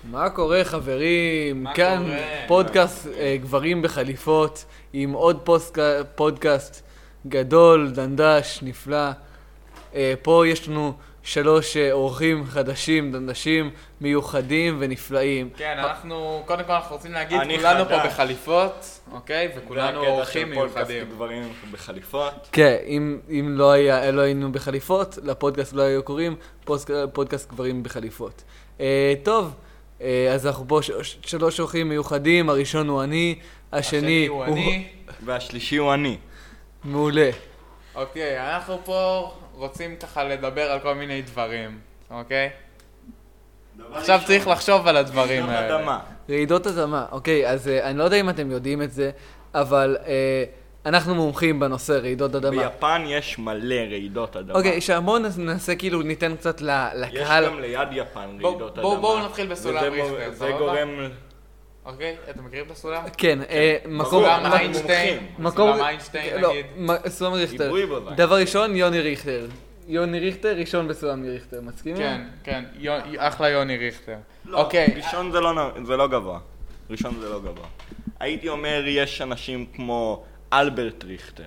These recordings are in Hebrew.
מה קורה חברים? מה כאן קורה? פודקאסט גברים בחליפות עם עוד פודקאסט גדול, דנדש, נפלא. פה יש לנו 3 אורחים חדשים, דנדשים מיוחדים ונפלאים. כן, קודם כל אנחנו רוצים להגיד, אני כולנו פה חדש. בחליפות, אוקיי? וכולנו אורחים מיוחדים. גברים בחליפות. כן, אם לא היינו בחליפות, לפודקאסט לא היו קוראים פודקאסט גברים בחליפות. טוב, אז אנחנו פה 3 אורחים מיוחדים, הראשון הוא אני, השני הוא אני. והשלישי הוא אני. מעולה. אוקיי, אנחנו פה רוצים ככה לדבר על כל מיני דברים, אוקיי? עכשיו צריך לחשוב על הדברים רעידות האלה. אדמה. רעידות אדמה, אוקיי, אז אני לא יודע אם אתם יודעים את זה, אבל אנחנו מומחים בנושא רעידות אדמה. ביפן יש מלא רעידות אדמה. אוקיי, בואו ננסה כאילו, ניתן קצת יש לקהל. גם ליד יפן רעידות אדמה. בואו נתחיל בסולם ריכטר, זה סבבה? גורם... אוקיי, אתם מכירים את הסולם? כן, מקום... סולם אנחנו איינשטיין, מומחים. סולם איינשטיין לא, נגיד. סולם ריכטר. דיבוי בבית. דבר ראשון, יוני ריכטר. יוני ריכטר, ראשון בסולם ריכטר, מסכימים? כן, כן, אחלה יוני ריכטר. לא, אוקיי, ראשון זה לא גבוה. ראשון זה לא גבוה. הייתי אומר, יש אנשים כמו אלברט ריכטר.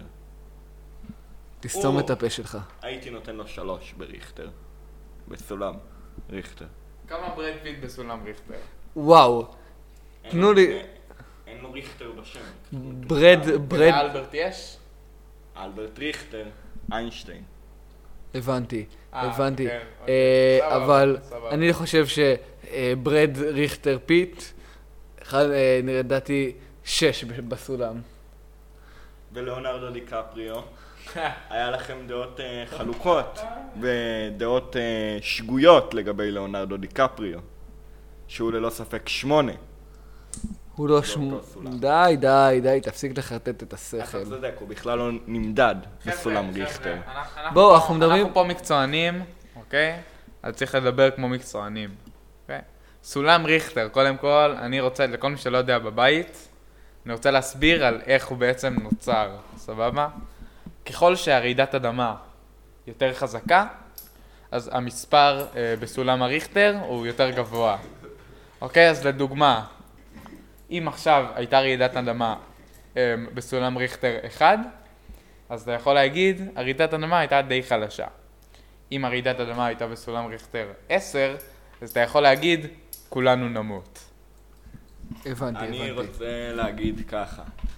תסתום את הפה שלך. הייתי נותן לו 3 בריכטר. בסולם ריכטר. כמה ברד פיט בסולם ריכטר? וואו, תנו לי... אין לו ריכטר בשם. ברד... לאלברט יש? אלברט ריכטר, איינשטיין. הבנתי. כן, אוקיי. סבבה, אבל סבבה. אני חושב שברד ריכטר פיט, לדעתי 6 בסולם. ולאונרדו דיקפריו. היה לכם דעות חלוקות ודעות שגויות לגבי לאונרדו דיקפריו, שהוא ללא ספק 8. הוא לא סולם. די, תפסיק לחרטט את אתה השכל. צודק, הוא בכלל לא נמדד בסולם חבר'ה, ריכטר. בואו, אנחנו מדברים... אנחנו פה מקצוענים, אוקיי? אז צריך לדבר כמו מקצוענים, אוקיי? סולם ריכטר, קודם כל, אני רוצה, לכל מי שלא יודע בבית, אני רוצה להסביר על איך הוא בעצם נוצר, סבבה? ככל שהרעידת אדמה יותר חזקה, אז המספר בסולם הריכטר הוא יותר גבוה. אוקיי, אז לדוגמה, אם עכשיו הייתה רעידת אדמה בסולם ריכטר 1, אז אתה יכול להגיד, הרעידת אדמה הייתה די חלשה. אם הרעידת אדמה הייתה בסולם ריכטר 10, אז אתה יכול להגיד, כולנו נמות. הבנתי. אני רוצה להגיד ככה.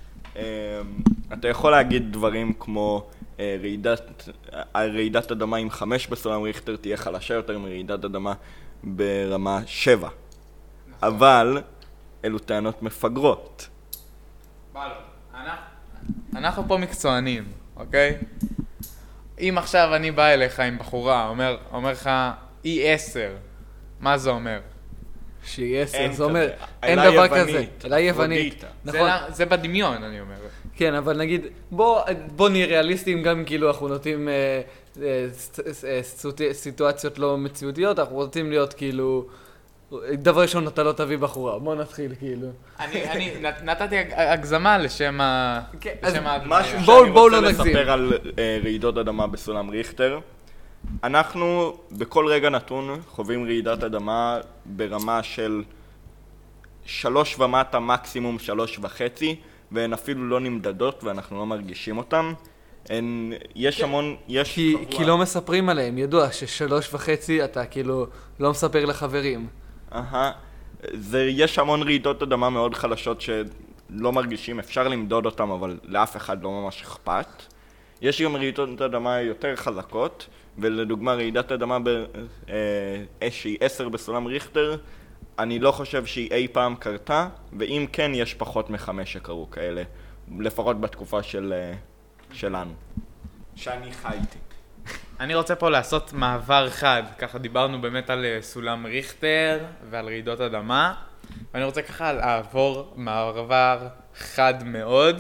אתה יכול להגיד דברים כמו רעידת אדמה עם 5 בסולם ריכטר תהיה חלשה יותר מרעידת אדמה ברמה 7. אבל אלו טענות מפגרות. אנחנו פה מקצוענים, אוקיי? אם עכשיו אני בא אליך עם בחורה, אומר לך, E10, מה זה אומר? שהיא 10, אין זה אומר, כזה. אין אלה דבר יוונית, כזה. אלה יוונית. אפרודיטה. נכון. זה בדמיון, אני אומר. כן, אבל נגיד, בוא נהיה ריאליסטיים, גם כאילו אנחנו נותנים סיטואציות לא מציאותיות, אנחנו רוצים להיות כאילו, דבר ראשון אתה לא תביא בחורה, בוא נתחיל כאילו. אני נתתי הגזמה לשם משהו בואו שאני לא רוצה נגזים. לספר על רעידות אדמה בסולם ריכטר. אנחנו בכל רגע נתון חווים רעידת אדמה ברמה של 3 ומטה, מקסימום 3.5, והן אפילו לא נמדדות ואנחנו לא מרגישים אותן. יש המון, יש כי לא מספרים עליהם, ידוע ש3.5 אתה כאילו לא מספר לחברים. יש המון רעידות אדמה מאוד חלשות שלא מרגישים, אפשר למדוד אותם אבל לאף אחד לא ממש אכפת. יש גם רעידות אדמה יותר חזקות, ולדוגמה רעידת אדמה שהיא 10 בסולם ריכטר, אני לא חושב שהיא אי פעם קרתה, ואם כן יש פחות מ5 שקרו כאלה, לפחות בתקופה שלנו, שאני חייתי. אני רוצה פה לעשות מעבר חד, ככה דיברנו באמת על סולם ריכטר ועל רעידות אדמה, ואני רוצה ככה לעבור מעבר חד מאוד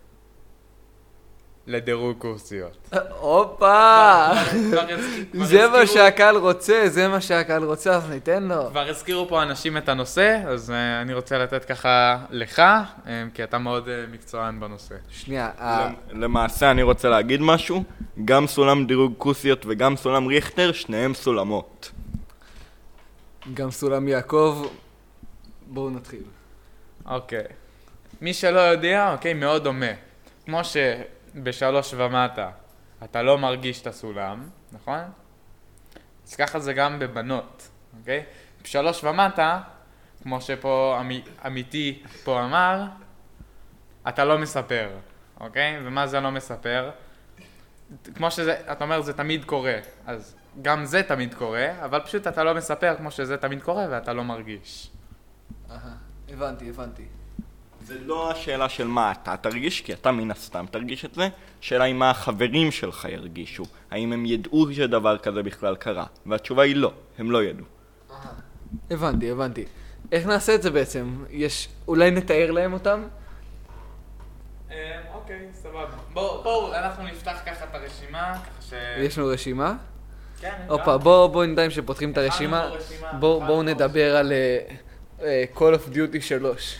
לדירוג כורסיות. הופה! כבר זה מה הזכירו- שהקהל רוצה, אז ניתן לו. כבר הזכירו פה אנשים את הנושא, אז אני רוצה לתת ככה לך, כי אתה מאוד מקצוען בנושא. שנייה, למעשה אני רוצה להגיד משהו, גם סולם דירוג כוסיות וגם סולם ריכטר, שניהם סולמות. גם סולם יעקב בואו נתחיל. אוקיי. מי שלא יודע, אוקיי, מאוד דומה. כמו שבשלוש ומטה אתה לא מרגיש את הסולם, נכון? אז ככה זה גם בבנות, אוקיי? בשלוש ומטה, כמו שפה אמיתי פה אמר, אתה לא מספר, אוקיי? ומה זה לא מספר? כמו שזה, אתה אומר, זה תמיד קורה, אז גם זה תמיד קורה, אבל פשוט אתה לא מספר כמו שזה תמיד קורה ואתה לא מרגיש. הבנתי. זה לא השאלה של מה אתה תרגיש, כי אתה מן הסתם תרגיש את זה. שאלה היא מה החברים שלך ירגישו. האם הם ידעו שדבר כזה בכלל קרה? והתשובה היא לא, הם לא ידעו. הבנתי. איך נעשה את זה בעצם? אולי נתאר להם אותם? אוקיי, סבבה. בואו, אנחנו נפתח ככה את הרשימה, ככה ש... יש לנו רשימה? כן. הופה, בואו נדעים שפותחים את הרשימה. בואו נדבר על Call of Duty 3.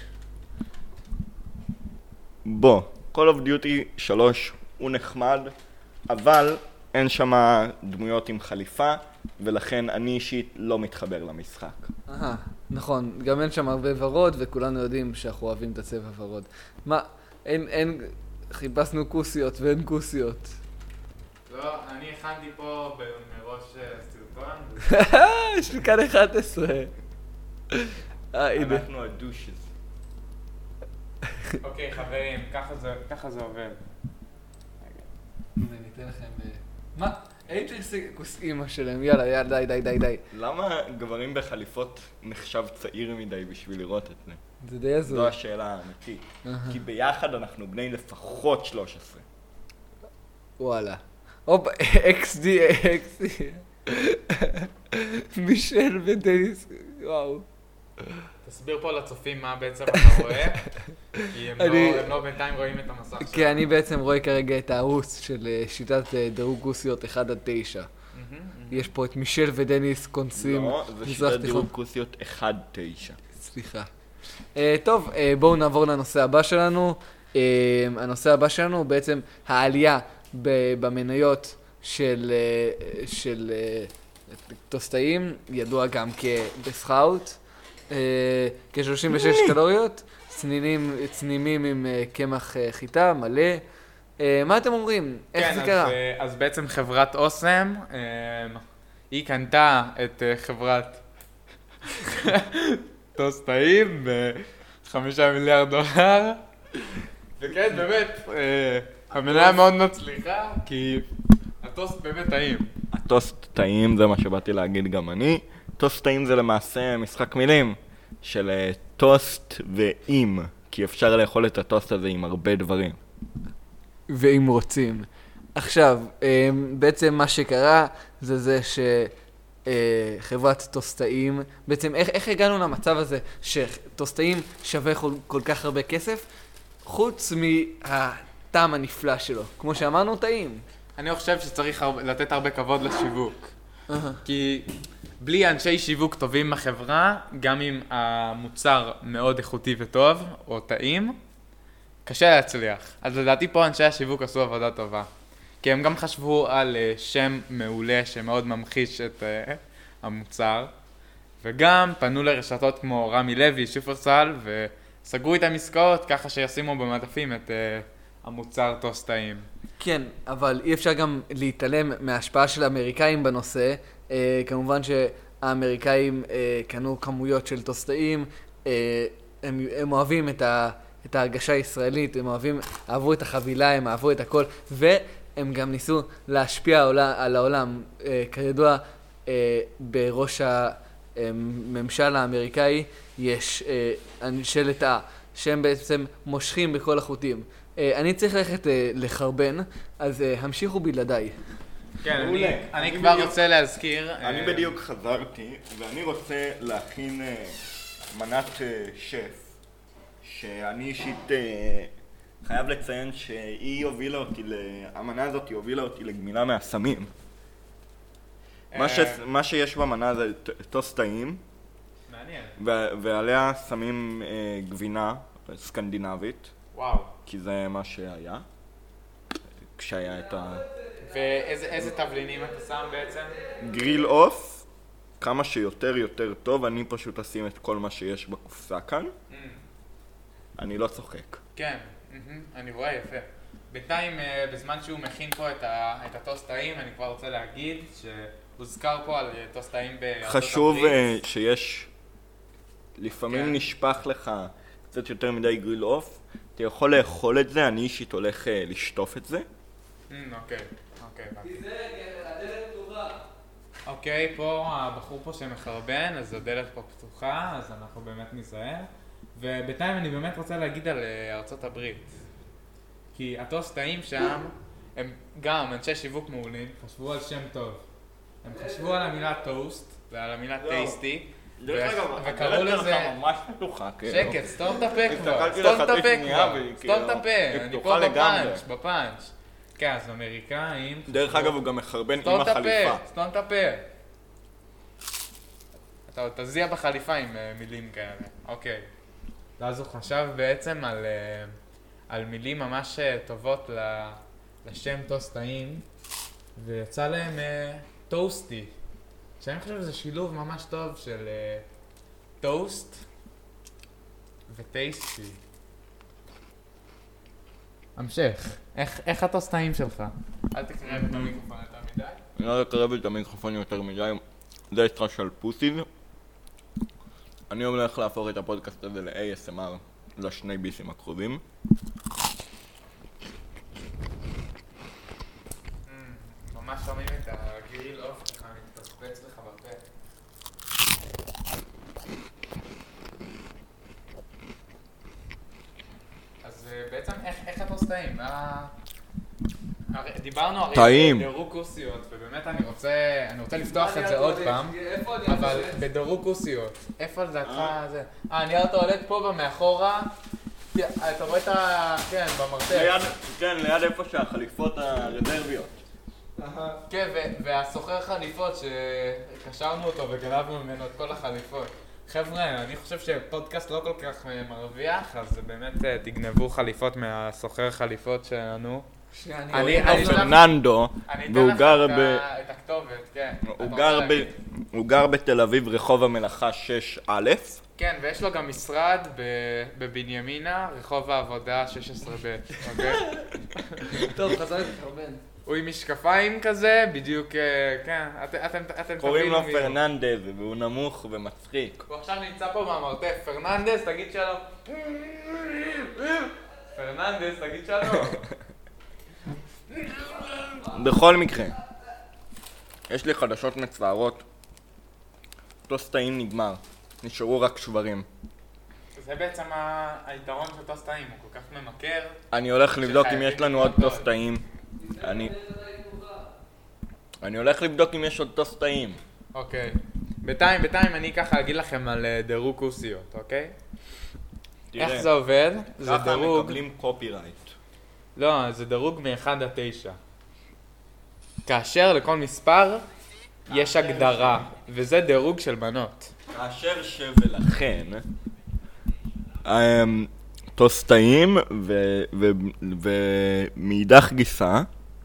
Call of Duty 3 הוא נחמד, אבל אין שם דמויות עם חליפה, ולכן אני אישית לא מתחבר למשחק. נכון, גם אין שם הרבה ורוד, וכולנו יודעים שאנחנו אוהבים את הצבע ורוד. מה, חיפשנו כוסיות ואין כוסיות. לא, אני הכנתי פה מראש סרטון. של כאן 11. אנחנו הדושז. אוקיי, חברים, ככה זה עובד. אני אתן לכם... מה? אין צריך כוס אימא שלהם, יאללה, די. למה גברים בחליפות נחשב צעיר מדי בשביל לראות את זה? זה די הזוי. זו השאלה האמיתית. כי ביחד אנחנו בני לפחות 13. וואלה. הופ, XD. מישל ודניס, וואו. תסביר פה לצופים מה בעצם אתה רואה, כי הם לא בינתיים רואים את המסך שלנו. כי אני בעצם רואה כרגע את הערוץ של שיטת דירוג כוסיות 1-9. יש פה את מישל ודניס קונסים. לא, זה שיטת דירוג כוסיות 1-9. סליחה. טוב, בואו נעבור לנושא הבא שלנו. הנושא הבא שלנו הוא בעצם העלייה במניות של טוסטאים, ידוע גם כבסחאוט. כ-36 קלוריות, צנימים עם קמח חיטה מלא. מה אתם אומרים? איך זה קרה? אז בעצם חברת אוסם, היא קנתה את חברת טוסטאים ב$5 מיליארד. וכן, באמת, המניה מאוד מצליחה, כי הטוסט באמת טעים. הטוסט טעים, זה מה שבאתי להגיד גם אני. טוסט טעים זה למעשה משחק מילים של טוסט ועם, כי אפשר לאכול את הטוסט הזה עם הרבה דברים. ואם רוצים. עכשיו, בעצם מה שקרה זה שחברת טוסטאים, בעצם איך הגענו למצב הזה שטוסטאים שווה כל כך הרבה כסף, חוץ מהטעם הנפלא שלו. כמו שאמרנו, טעים. אני חושב שצריך לתת הרבה כבוד לשיווק. כי בלי אנשי שיווק טובים בחברה, גם אם המוצר מאוד איכותי וטוב, או טעים, קשה להצליח. אז לדעתי פה אנשי השיווק עשו עבודה טובה. כי הם גם חשבו על שם מעולה שמאוד ממחיש את המוצר, וגם פנו לרשתות כמו רמי לוי, שופרסל, וסגרו איתם עסקאות ככה שישימו במדפים את המוצר טוסט טעים. כן, אבל אי אפשר גם להתעלם מההשפעה של האמריקאים בנושא. כמובן שהאמריקאים קנו כמויות של טוסטאים, הם אוהבים את ההרגשה הישראלית, הם אהבו את החבילה, הם אהבו את הכל, והם גם ניסו להשפיע על העולם. כידוע, בראש הממשל האמריקאי יש שלט שהם בעצם מושכים בכל החוטים. אני צריך ללכת לחרבן, אז המשיכו בלעדיי. כן, אני כבר רוצה להזכיר. אני בדיוק חזרתי, ואני רוצה להכין מנת שף, שאני אישית חייב לציין שהיא הובילה אותי, המנה הזאת הובילה אותי לגמילה מהסמים. מה שיש במנה זה טוסט טעים, ועליה שמים גבינה סקנדינבית. וואו. כי זה מה שהיה, כשהיה את ואיזה תבלינים אתה שם בעצם? גריל אוף, כמה שיותר יותר טוב, אני פשוט אשים את כל מה שיש בקופסה כאן. אני לא צוחק. כן, אני רואה יפה. בינתיים, בזמן שהוא מכין פה את הטוסט טעים, אני כבר רוצה להגיד שהוזכר פה על טוסט טעים בארצות הברית. חשוב שיש, לפעמים נשפך לך קצת יותר מדי גריל עוף, אתה יכול לאכול את זה, אני אישית הולך לשטוף את זה. אוקיי. כי זה הדלת פתוחה. אוקיי, פה הבחור פה שמחרבן, אז הדלת פה פתוחה, אז אנחנו באמת נזהר. ובינתיים אני באמת רוצה להגיד על ארצות הברית. כי הטוסטאים שם, הם גם אנשי שיווק מעולים, חשבו על שם טוב. הם חשבו על המילה טוסט ועל המילה טייסטי. וקראו לזה... ממש פתוחה, שקט, סתום את הפה כבר, סתום את הפה, אני פה בפאנץ'. כן, אז אמריקאים... דרך אגב, הוא גם מחרבן עם החליפה. סתום את הפה. אתה תזיע בחליפה עם מילים כאלה, אוקיי. ואז הוא חשב בעצם על מילים ממש טובות לשם טוסט טעים, ויצא להם טוסטי. שאני חושב שזה שילוב ממש טוב של טוסט וטייסטי. המשך, איך הטוסט טעים שלך? אל תקרב את המיקרופון יותר מדי. אני לא אקרב את המיקרופון יותר מדי, זה אסטרה של פוסיד. אני הולך להפוך את הפודקאסט הזה ל-ASMR לשני ביסים הקרובים. ממש שומעים את הגריל עוף שלך מתפצפץ לך בפה. אז בעצם איך הטוסט טעים? דיברנו הרי בדירוג כוסיות, ובאמת אני רוצה לפתוח את זה עוד פעם, אבל בדירוג כוסיות, איפה לדעתך זה? הנייר טואלט פה מאחורה, אתה רואה את ה... כן, במרתף. כן, ליד איפה שהחליפות הרזרביות. כן, והסוחר חליפות שקשרנו אותו וגנבנו ממנו את כל החליפות. חבר'ה, אני חושב שפודקאסט לא כל כך מרוויח, אז באמת תגנבו חליפות מהסוחר חליפות שלנו. אני פרננדו, והוא גר את הכתובת, כן. הוא גר בתל אביב, רחוב המלאכה 6א. כן, ויש לו גם משרד בבנימינה, רחוב העבודה 16ב, אוקיי? טוב, חזר את חרבן. הוא עם משקפיים כזה, בדיוק, כן, אתם קוראים לו פרננדז, והוא נמוך ומצחיק. הוא עכשיו נמצא פה במרתף, פרננדז, תגיד שלום. פרננדז, תגיד שלום. בכל מקרה, יש לי חדשות מצערות. טוסט טעים נגמר, נשארו רק שברים. זה בעצם היתרון של טוסט טעים, הוא כל כך ממכר. אני הולך לבדוק אם יש לנו עוד טוסט טעים. אני הולך לבדוק אם יש עוד טוסט טעים. אוקיי. בינתיים אני ככה אגיד לכם על דירוג כוסיות, אוקיי? איך זה עובד? זה ככה דירוג... מקבלים קופירייט. לא, זה דירוג מ-1 עד 9. כאשר לכל מספר יש הגדרה, וזה דירוג של מנות. כאשר ולכן טוסט טעים ומאידך גיסה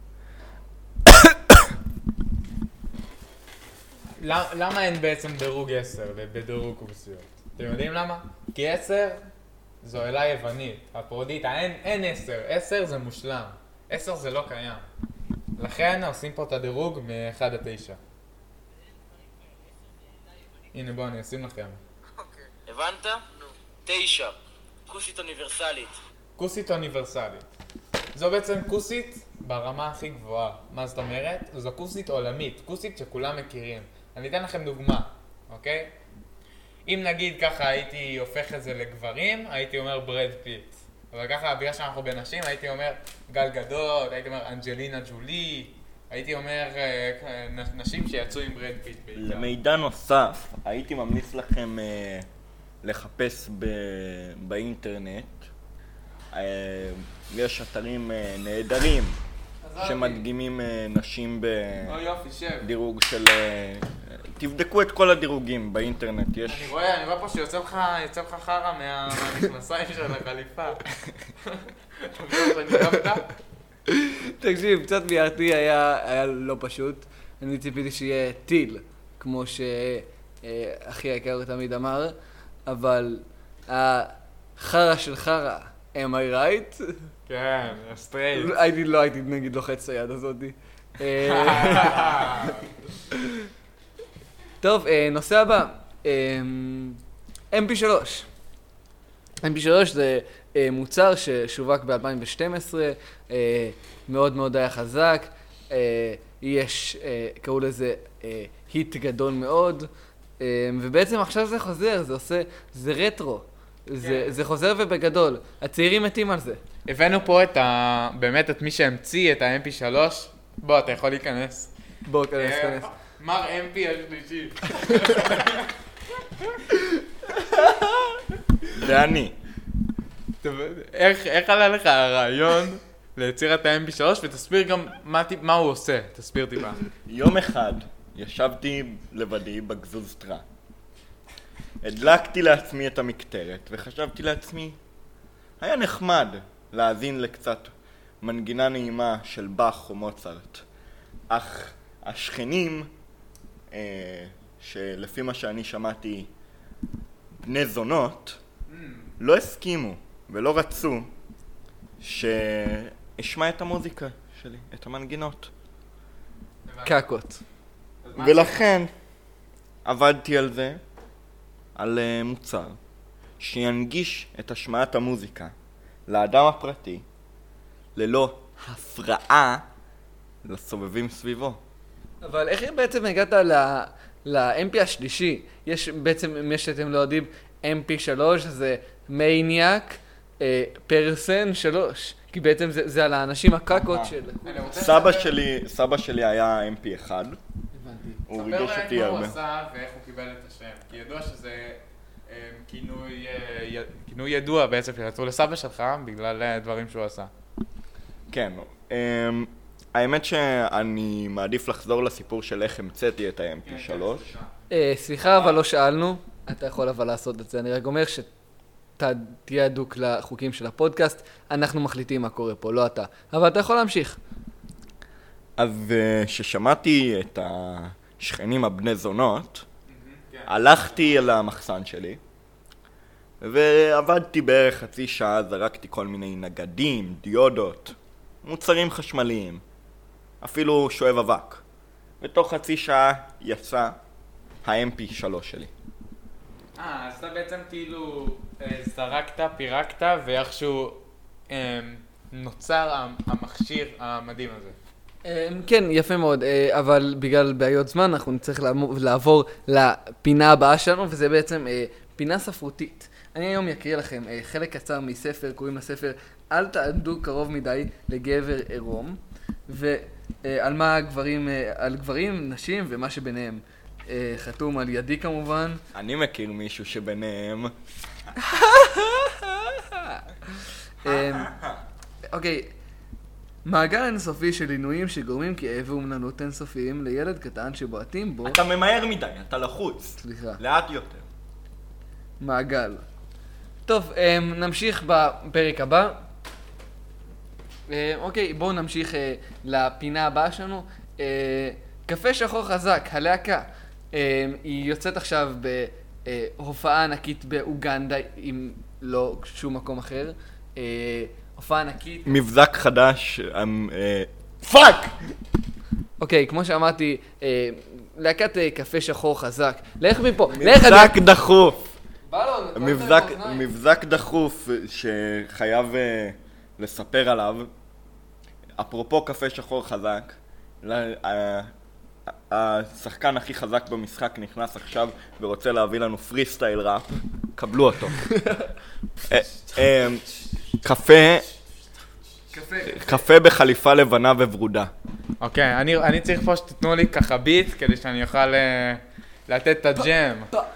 למה אין בעצם דירוג 10 בדירוג כוסיות? אתם יודעים למה? כי 10 זו אלה יוונית, אפרודיטה, אין 10, 10 זה מושלם, 10 זה לא קיים. לכן עושים פה את הדירוג מ-1 עד 9. הנה בואו אני אשים לכם. הבנת? 9. כוסית אוניברסלית. כוסית אוניברסלית. זו בעצם כוסית ברמה הכי גבוהה. מה זאת אומרת? זו כוסית עולמית, כוסית שכולם מכירים. אני אתן לכם דוגמה, אוקיי? אם נגיד ככה הייתי הופך את זה לגברים, הייתי אומר ברד פיט. אבל ככה, בגלל שאנחנו בנשים, הייתי אומר גל גדות, הייתי אומר אנג'לינה ג'ולי, הייתי אומר נשים שיצאו עם ברד פיט בעיקר. למידע נוסף, הייתי ממליץ לכם לחפש באינטרנט. יש אתרים נהדרים שמדגימים נשים בדירוג של... תבדקו את כל הדירוגים באינטרנט, יש... אני רואה פה שיוצא לך חרא מהמכנסיים של החליפה. אתה חושב שאני גבת? תקשיב, קצת ביארתי היה לא פשוט. אני ציפיתי שיהיה טיל. כמו שאחי היקר תמיד אמר, אבל החרא של חרא, am I right? כן, סטרייט. לא הייתי נגיד לוחץ את היד הזאתי. טוב, נושא הבא, MP3. MP3 זה מוצר ששווק ב-2012, מאוד מאוד היה חזק, יש, קראו לזה היט גדול מאוד, ובעצם עכשיו זה חוזר, זה רטרו, זה חוזר ובגדול, הצעירים מתים על זה. הבאנו פה באמת את מי שהמציא את ה-MP3, בוא, אתה יכול להיכנס. בוא, כנס. מר MP השלישי. זה אני. איך עלה לך הרעיון ליצירת ה-MP3, ותסביר גם מה הוא עושה, תסביר טיפה. יום אחד ישבתי לבדי בגזוזטרה. הדלקתי לעצמי את המקטרת, וחשבתי לעצמי, היה נחמד להאזין לקצת מנגינה נעימה של באך או מוצרט. אך השכנים, שלפי מה שאני שמעתי, בני זונות, לא הסכימו ולא רצו שאשמע את המוזיקה שלי, את המנגינות. קקות. ולכן עבדתי על זה, על מוצר, שינגיש את השמעת המוזיקה לאדם הפרטי, ללא הפרעה לסובבים סביבו. אבל איך בעצם הגעת ל-MP השלישי? יש בעצם, מי שאתם לא יודעים, MP3 זה מייניאק פרסן 3, כי בעצם זה על האנשים הקקות של... סבא שלי היה MP1. הבנתי. הוא ריגש אותי מה הוא הרבה. עשה ואיך הוא קיבל את השם, כי ידוע שזה כינוי ידוע בעצם שיצאו לסבא שלך בגלל דברים שהוא עשה. כן, האמת שאני מעדיף לחזור לסיפור של איך המצאתי את ה-MP3. סליחה, אבל לא שאלנו. אתה יכול אבל לעשות את זה. אני רק אומר שתהיה הדוק לחוקים של הפודקאסט. אנחנו מחליטים מה קורה פה, לא אתה. אבל אתה יכול להמשיך. אז כששמעתי את השכנים הבני זונות, הלכתי אל המחסן שלי, ועבדתי בערך חצי שעה, זרקתי כל מיני נגדים, דיודות, מוצרים חשמליים, אפילו שואב אבק. ותוך חצי שעה יצא ה-MP3 שלי. אז אתה בעצם כאילו זרקת, פירקת, ואיכשהו נוצר המכשיר המדהים הזה. כן, יפה מאוד, אבל בגלל בעיות זמן אנחנו נצטרך לעבור לפינה הבאה שלנו, וזה בעצם פינה ספרותית. אני היום אקריא לכם חלק קצר מספר, קוראים לספר אל תעמדו קרוב מדי לגבר עירום, ועל מה גברים, על גברים, נשים ומה שביניהם. חתום על ידי כמובן. אני מכיר מישהו שביניהם. אוקיי, מעגל אינסופי של עינויים שגורמים כאב ואומללות אינסופיים לילד קטן שבועטים בו. אתה ממהר מדי, אתה לחוץ. סליחה. לאט יותר. מעגל. טוב, נמשיך בפרק הבא. אוקיי, בואו נמשיך לפינה הבאה שלנו. קפה שחור חזק, הלהקה. היא יוצאת עכשיו בהופעה ענקית באוגנדה, אם לא שום מקום אחר. הופעה ענקית. מבזק חדש, פאק! אוקיי, כמו שאמרתי, להקת קפה שחור חזק. לך מפה, מבזק דחוף. בלון, מבזק דחוף שחייב לספר עליו. אפרופו קפה שחור חזק, השחקן הכי חזק במשחק נכנס עכשיו ורוצה להביא לנו פרי סטייל ראפ. קבלו אותו. קפה בחליפה לבנה וברודה. אוקיי, אני צריך פה שתתנו לי ככה ביט כדי שאני אוכל לתת את הג'ם.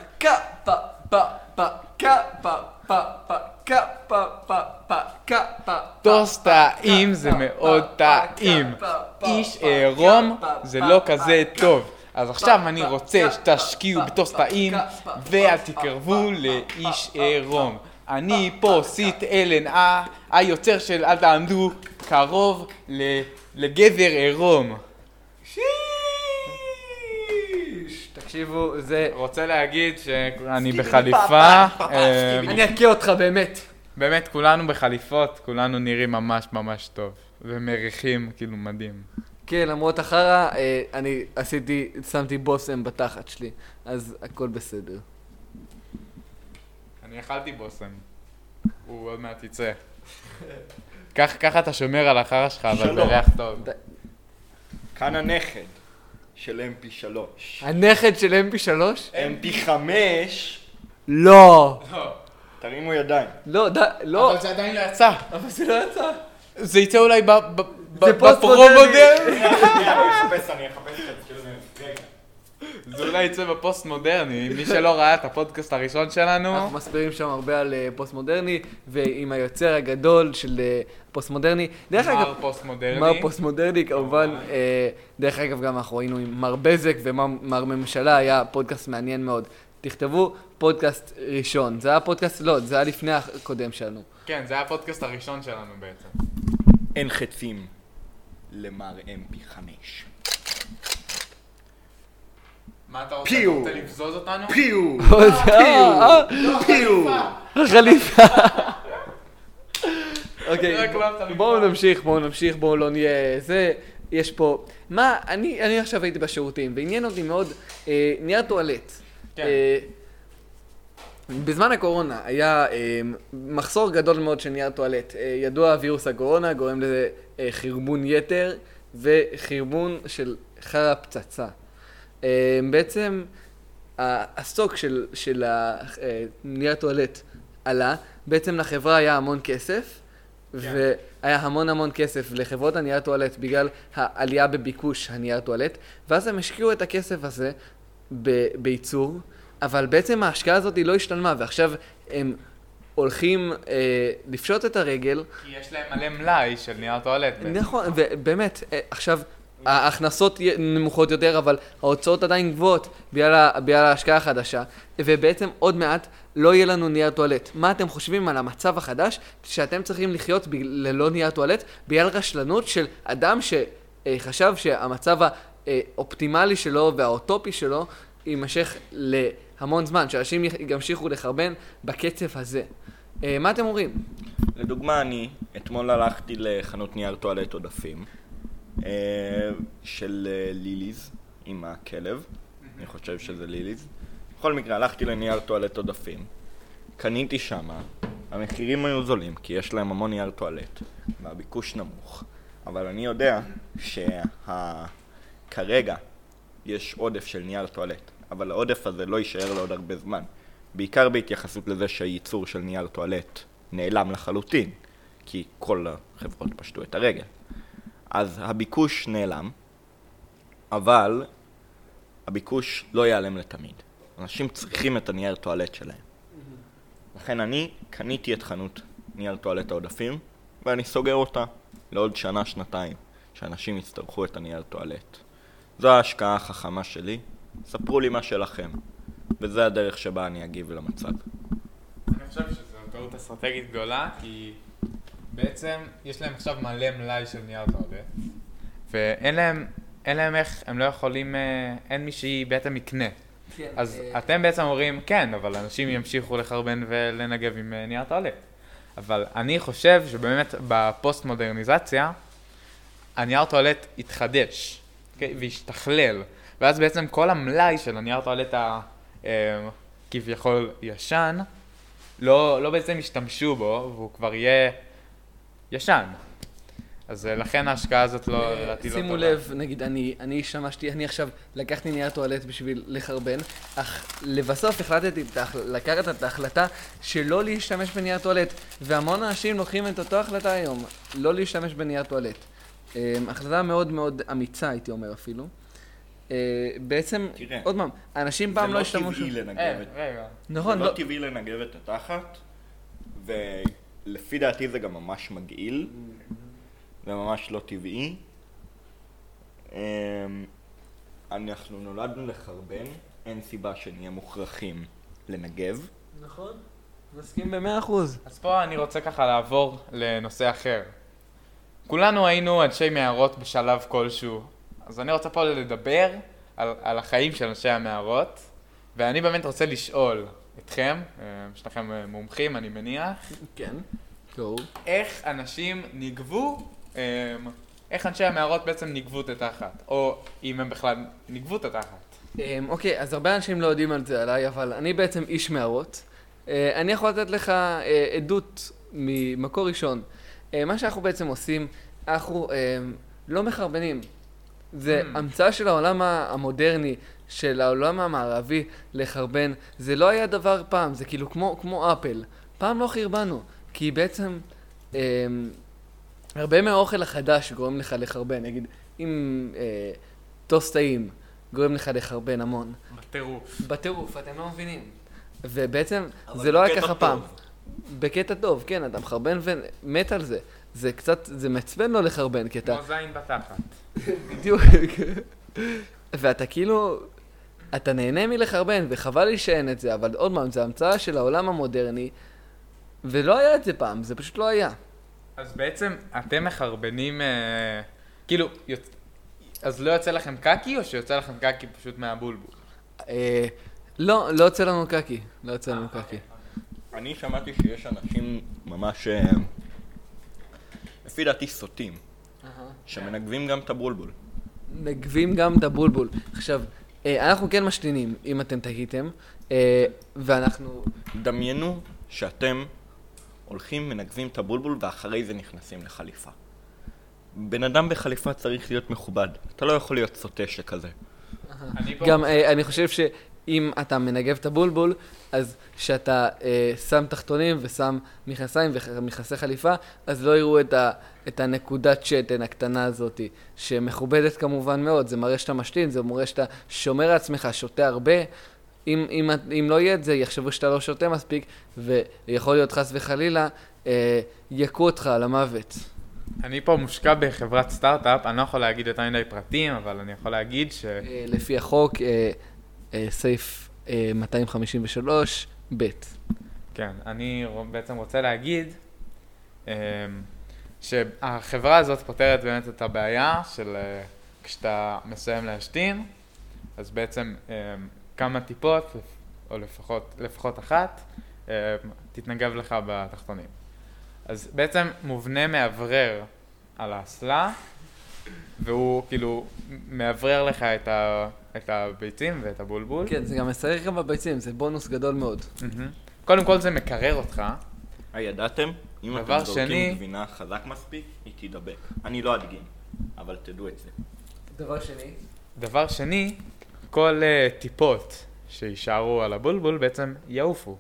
טוסט טעים זה מאוד טעים. איש עירום זה לא כזה טוב. אז עכשיו אני רוצה שתשקיעו בטוסט טעים ואל תקרבו לאיש עירום. אני פה סיט אלן, היוצר של אל תעמדו קרוב לגבר עירום. תקשיבו, זה... רוצה להגיד שאני בחליפה, אני אכה אותך באמת. באמת כולנו בחליפות, כולנו נראים ממש ממש טוב, ומריחים כאילו מדהים. כן, למרות החרא, אני שמתי בושם בתחת שלי, אז הכל בסדר. אני אכלתי בושם, הוא עוד מעט יצא. ככה אתה שומר על החרא שלך, אבל שלום. בריח טוב. כאן הנכד של MP3. הנכד של MP3? MP5, לא. תרימו ידיים. לא, לא. אבל זה עדיין לא יצא. אבל זה לא יצא. זה יצא אולי זה בפרו-מודרני. אני אחפש את זה. רגע. זה אולי יצא בפוסט מודרני. מי שלא ראה את הפודקאסט הראשון שלנו. אנחנו מסבירים שם הרבה על פוסט מודרני, ועם היוצר הגדול של פוסט מודרני. דרך אגב, מר פוסט מודרני. מר פוסט מודרני, כמובן. דרך אגב, גם אנחנו היינו עם מר בזק ומר ממשלה, היה פודקאסט מעניין מאוד. תכתבו פודקאסט ראשון. זה היה פודקאסט, לא, זה היה לפני הקודם שלנו. כן, זה היה הפודקאסט הראשון שלנו בעצם. אין חצים למר MP5. מה אתה רוצה? פיו. אתה רוצה לבזוז אותנו? פיו! פיו! חליפה. אוקיי, רק לא חליפה. בואו נמשיך, בואו לא נהיה זה. יש פה... מה, אני עכשיו הייתי בשירותים, ועניין אותי מאוד נייר טואלט. כן. בזמן הקורונה היה מחסור גדול מאוד של נייר טואלט. ידוע וירוס הקורונה גורם לזה חרבון יתר וחרבון של חרא פצצה. בעצם הסטוק של הנייר טואלט עלה, בעצם לחברה היה המון כסף, והיה המון כסף לחברות הנייר טואלט בגלל העלייה בביקוש הנייר טואלט, ואז הם השקיעו את הכסף הזה בייצור, אבל בעצם ההשקעה הזאת לא השתלמה, ועכשיו הם הולכים לפשוט את הרגל. כי יש להם מלא מלאי של נייר טואלט. נכון, ובאמת, עכשיו ההכנסות נמוכות יותר, אבל ההוצאות עדיין גבוהות בגלל ההשקעה החדשה, ובעצם עוד מעט לא יהיה לנו נייר טואלט. מה אתם חושבים על המצב החדש שאתם צריכים לחיות ללא נייר טואלט בגלל רשלנות של אדם שחשב שהמצב האופטימלי שלו והאוטופי שלו יימשך להמון זמן, שאנשים ימשיכו לחרבן בקצב הזה. מה אתם אומרים? לדוגמה, אני אתמול הלכתי לחנות נייר טואלט עודפים של ליליז עם הכלב, אני חושב שזה ליליז. בכל מקרה, הלכתי לנייר טואלט עודפים, קניתי שמה, המחירים היו זולים כי יש להם המון נייר טואלט והביקוש נמוך, אבל אני יודע שכרגע יש עודף של נייר טואלט, אבל העודף הזה לא יישאר לעוד הרבה זמן, בעיקר בהתייחסות לזה שהייצור של נייר טואלט נעלם לחלוטין, כי כל החברות פשטו את הרגל. אז הביקוש נעלם, אבל הביקוש לא ייעלם לתמיד. אנשים צריכים את הנייר טואלט שלהם. לכן אני קניתי את חנות נייר טואלט העודפים, ואני סוגר אותה לעוד שנה, שנתיים, שאנשים יצטרכו את הנייר טואלט. זו ההשקעה החכמה שלי, ספרו לי מה שלכם, וזה הדרך שבה אני אגיב למצב. אני חושב שזו טעות אסטרטגית גדולה, כי בעצם יש להם עכשיו מלא מלאי של נייר טואלט, ואין להם איך, הם לא יכולים, אין מי שהיא בעצם יקנה. אז אתם בעצם אומרים, כן, אבל אנשים ימשיכו לחרבן ולנגב עם נייר טואלט. אבל אני חושב שבאמת בפוסט-מודרניזציה, הנייר טואלט יתחדש, וישתכלל. ואז בעצם כל המלאי של הנייר טואלט כביכול ישן, לא בעצם ישתמשו בו, והוא כבר יהיה ישן. אז לכן ההשקעה הזאת לא טובה. שימו לב, נגיד, אני עכשיו לקחתי נייר טואלט בשביל לחרבן, אך לבסוף החלטתי לקחת את ההחלטה שלא להשתמש בנייר טואלט, והמון אנשים לוקחים את אותו החלטה היום, לא להשתמש בנייר טואלט. החלטה מאוד מאוד אמיצה, הייתי אומר אפילו. בעצם, עוד פעם, אנשים פעם לא השתמשו. זה לא טבעי לנגב את... נכון, זה לא טבעי לנגב את התחת, ולפי דעתי זה גם ממש מגעיל. זה ממש לא טבעי. אנחנו נולדנו לחרבן, אין סיבה שנהיה מוכרחים לנגב. נכון, מסכים ב100%. אז פה אני רוצה ככה לעבור לנושא אחר. כולנו היינו אנשי מערות בשלב כלשהו, אז אני רוצה פה לדבר על החיים של אנשי המערות, ואני באמת רוצה לשאול אתכם, יש לכם מומחים אני מניח, כן. ברור. איך אנשים ניגבו, איך אנשי המערות בעצם ניגבו את התחת, או אם הם בכלל ניגבו את התחת. אוקיי, אז הרבה אנשים לא יודעים על זה עליי, אבל אני בעצם איש מערות. אני יכול לתת לך עדות ממקור ראשון. מה שאנחנו בעצם עושים, אנחנו לא מחרבנים. זה המצאה של העולם המודרני, של העולם המערבי לחרבן. זה לא היה דבר פעם, זה כאילו כמו אפל. פעם לא חרבנו, כי בעצם הרבה מהאוכל החדש גורם לך לחרבן. נגיד, אם טוסט טעים גורם לך לחרבן המון. בטירוף, אתם לא מבינים. ובעצם זה לא היה ככה פעם. בקטע טוב, כן, אתה מחרבן ומת על זה. זה קצת, זה מעצבן לא לחרבן, כי אתה... כמו זין בתחת. בדיוק. ואתה כאילו, אתה נהנה מלחרבן, וחבל לי שאין את זה, אבל עוד פעם, זה המצאה של העולם המודרני, ולא היה את זה פעם, זה פשוט לא היה. אז בעצם אתם מחרבנים, כאילו, אז לא יוצא לכם קקי, או שיוצא לכם קקי פשוט מהבולבול? לא, לא יוצא לנו קקי, לא יוצא לנו קקי. אני שמעתי שיש אנשים ממש, לפי דעתי סוטים, שמנגבים גם את הבולבול. נגבים גם את הבולבול. עכשיו, אנחנו כן משתינים, אם אתם תהיתם, ואנחנו... דמיינו שאתם הולכים, מנגבים את הבולבול, ואחרי זה נכנסים לחליפה. בן אדם בחליפה צריך להיות מכובד. אתה לא יכול להיות סוטה שכזה. גם אני חושב שאם אתה מנגב את הבולבול, אז שאתה שם תחתונים ושם מכנסיים ומכנסי חליפה, אז לא יראו את הנקודת שתן הקטנה הזאת, שמכובדת כמובן מאוד. זה מראה שאתה משתין, זה מראה שאתה שומר לעצמך, שותה הרבה. אם לא יהיה את זה, יחשבו שאתה לא שותה מספיק, ויכול להיות חס וחלילה, יקו אותך על המוות. אני פה מושקע בחברת סטארט-אפ, אני לא יכול להגיד יותר מדי פרטים, אבל אני יכול להגיד לפי החוק, סעיף 253, ב'. כן, אני בעצם רוצה להגיד שהחברה הזאת פותרת באמת את הבעיה של כשאתה מסיים להשתין, אז בעצם כמה טיפות, או לפחות אחת, תתנגב לך בתחתונים. אז בעצם מובנה מאוורר על האסלה, והוא כאילו מאוורר לך את הביצים ואת הבולבול. כן, זה גם מסער גם בביצים, זה בונוס גדול מאוד. קודם כל זה מקרר אותך. ידעתם? אם דבר אתם שני- זורקים גבינה חזק מספיק, היא תידבק. אני לא אדגים, אבל תדעו את זה. דבר שני, דבר שני, כל טיפות שישארו על הבולבול בעצם יעופו.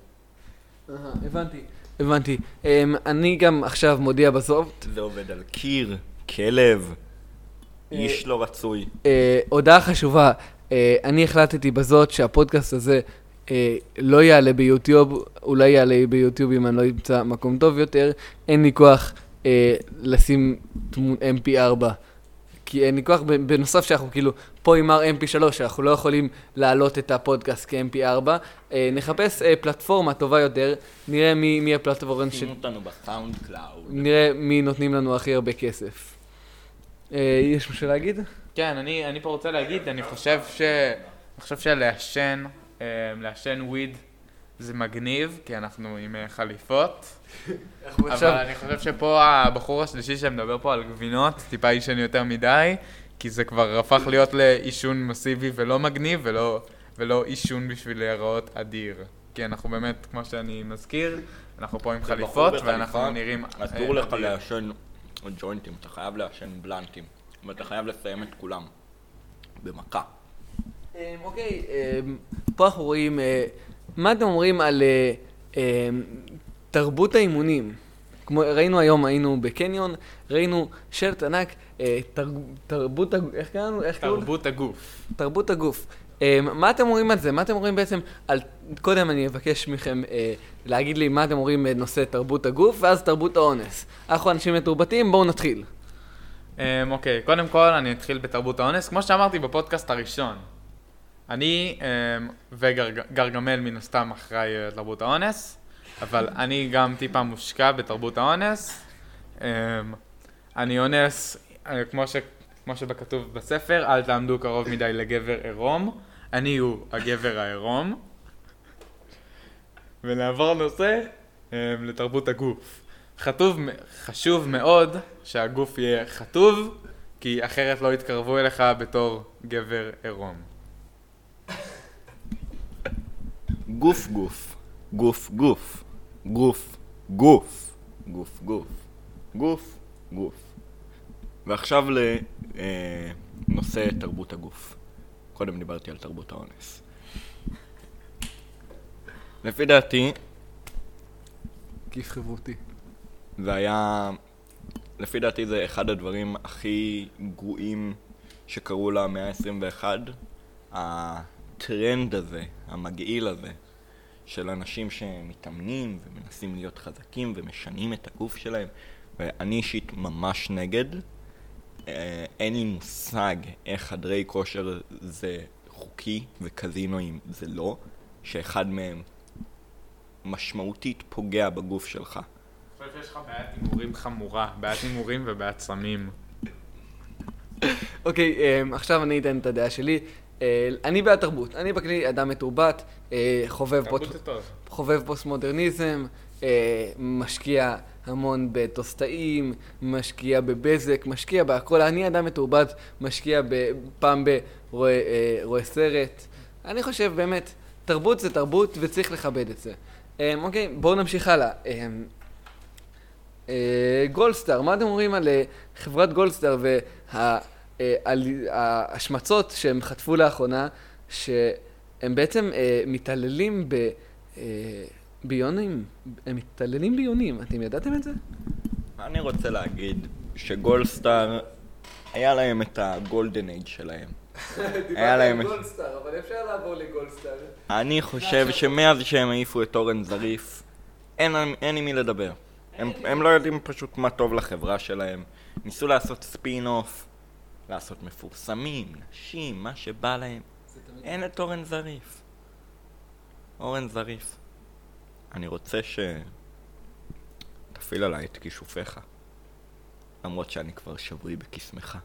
הבנתי. אני גם עכשיו מודיע בזאת, זה עובד על קיר, כלב, איש לא רצוי. הודעה חשובה, אני החלטתי בזאת שהפודקאסט הזה לא יעלה ביוטיוב, אולי יעלה ביוטיוב אם אני לא אמצא מקום טוב יותר, אין לי כוח לשים MP4, כי אין לי כוח, בנוסף שאנחנו כאילו פה עם MP3, שאנחנו לא יכולים להעלות את הפודקאסט כ-MP4, נחפש פלטפורמה טובה יותר, נראה מי הפלטפורמה שימו אותנו בסאונד קלאוד. נראה מי נותנים לנו הכי הרבה כסף. יש משהו להגיד? כן, אני פה רוצה להגיד, אני חושב שלעשן וויד זה מגניב, כי אנחנו עם חליפות. אבל אני חושב שפה הבחור השלישי שמדבר פה על גבינות, טיפה עישן יותר מדי, כי זה כבר הפך להיות לאישון מסיבי ולא מגניב, ולא אישון בשביל להיראות אדיר. כי אנחנו באמת, כמו שאני מזכיר, אנחנו פה עם חליפות, ואנחנו נראים אסור לך לעשן ג'וינטים, אתה חייב לעשן בלנטים, ואתה חייב לסיים את כולם במכה. אוקיי, פה אנחנו רואים, מה אתם אומרים על תרבות האימונים? כמו ראינו היום, היינו בקניון, ראינו שלט ענק, תרבות, איך קראנו? תרבות הגוף. תרבות הגוף. מה אתם אומרים על זה? מה אתם אומרים בעצם על... קודם אני אבקש מכם להגיד לי מה אתם אומרים בנושא תרבות הגוף, ואז תרבות האונס. אנחנו אנשים מתורבתים, בואו נתחיל. אוקיי, קודם כל אני אתחיל בתרבות האונס. כמו שאמרתי בפודקאסט הראשון, אני וגרגמל מן הסתם אחראי לתרבות האונס, אבל אני גם טיפה מושקע בתרבות האונס. אני אונס, כמו כמו שבכתוב בספר, אל תעמדו קרוב מדי לגבר עירום, אני הוא הגבר העירום. ונעבור נושא לתרבות הגוף. חשוב מאוד שהגוף יהיה חטוב, כי אחרת לא יתקרבו אליך בתור גבר עירום. גוף גוף, גוף גוף, גוף גוף, גוף גוף, גוף גוף. ועכשיו לנושא תרבות הגוף. קודם דיברתי על תרבות האונס. לפי דעתי, כיף חברותי. זה היה, לפי דעתי זה אחד הדברים הכי גרועים שקרו למאה ה-21. הטרנד הזה, המגעיל הזה, של אנשים שמתאמנים ומנסים להיות חזקים ומשנים את הגוף שלהם, ואני אישית ממש נגד. אין לי מושג איך חדרי כושר זה חוקי וקזינואים זה לא, שאחד מהם משמעותית פוגע בגוף שלך. אני חושב שיש לך בעיית הימורים חמורה, בעיית הימורים ובעיית סמים. אוקיי, עכשיו אני אתן את הדעה שלי. אני בעד תרבות. אני בכלי אדם מתורבת, תרבות זה טוב. חובב פוסט-מודרניזם, משקיע המון בתוסטאים, משקיע בבזק, משקיע בהכל. אני אדם מתורבת, משקיע פעם רואה סרט. אני חושב באמת, תרבות זה תרבות וצריך לכבד את זה. אוקיי, בואו נמשיך הלאה. גולדסטאר, מה אתם אומרים על חברת גולדסטאר וההשמצות שהם חטפו לאחרונה, שהם בעצם מתעללים ביונים, הם מתעללים ביונים, אתם ידעתם את זה? אני רוצה להגיד שגולדסטאר, היה להם את הגולדן אייג' שלהם. היה להם את... גולדסטאר, אבל אפשר לעבור לגולדסטאר. אני חושב שמאז שהם העיפו את אורן זריף, אין עם מי לדבר. הם לא יודעים פשוט מה טוב לחברה שלהם. ניסו לעשות ספין-אוף, לעשות מפורסמים, נשים, מה שבא להם. אין את אורן זריף. אורן זריף. אני רוצה תפעיל עליי את כישופיך. למרות שאני כבר שבריא בקסמך.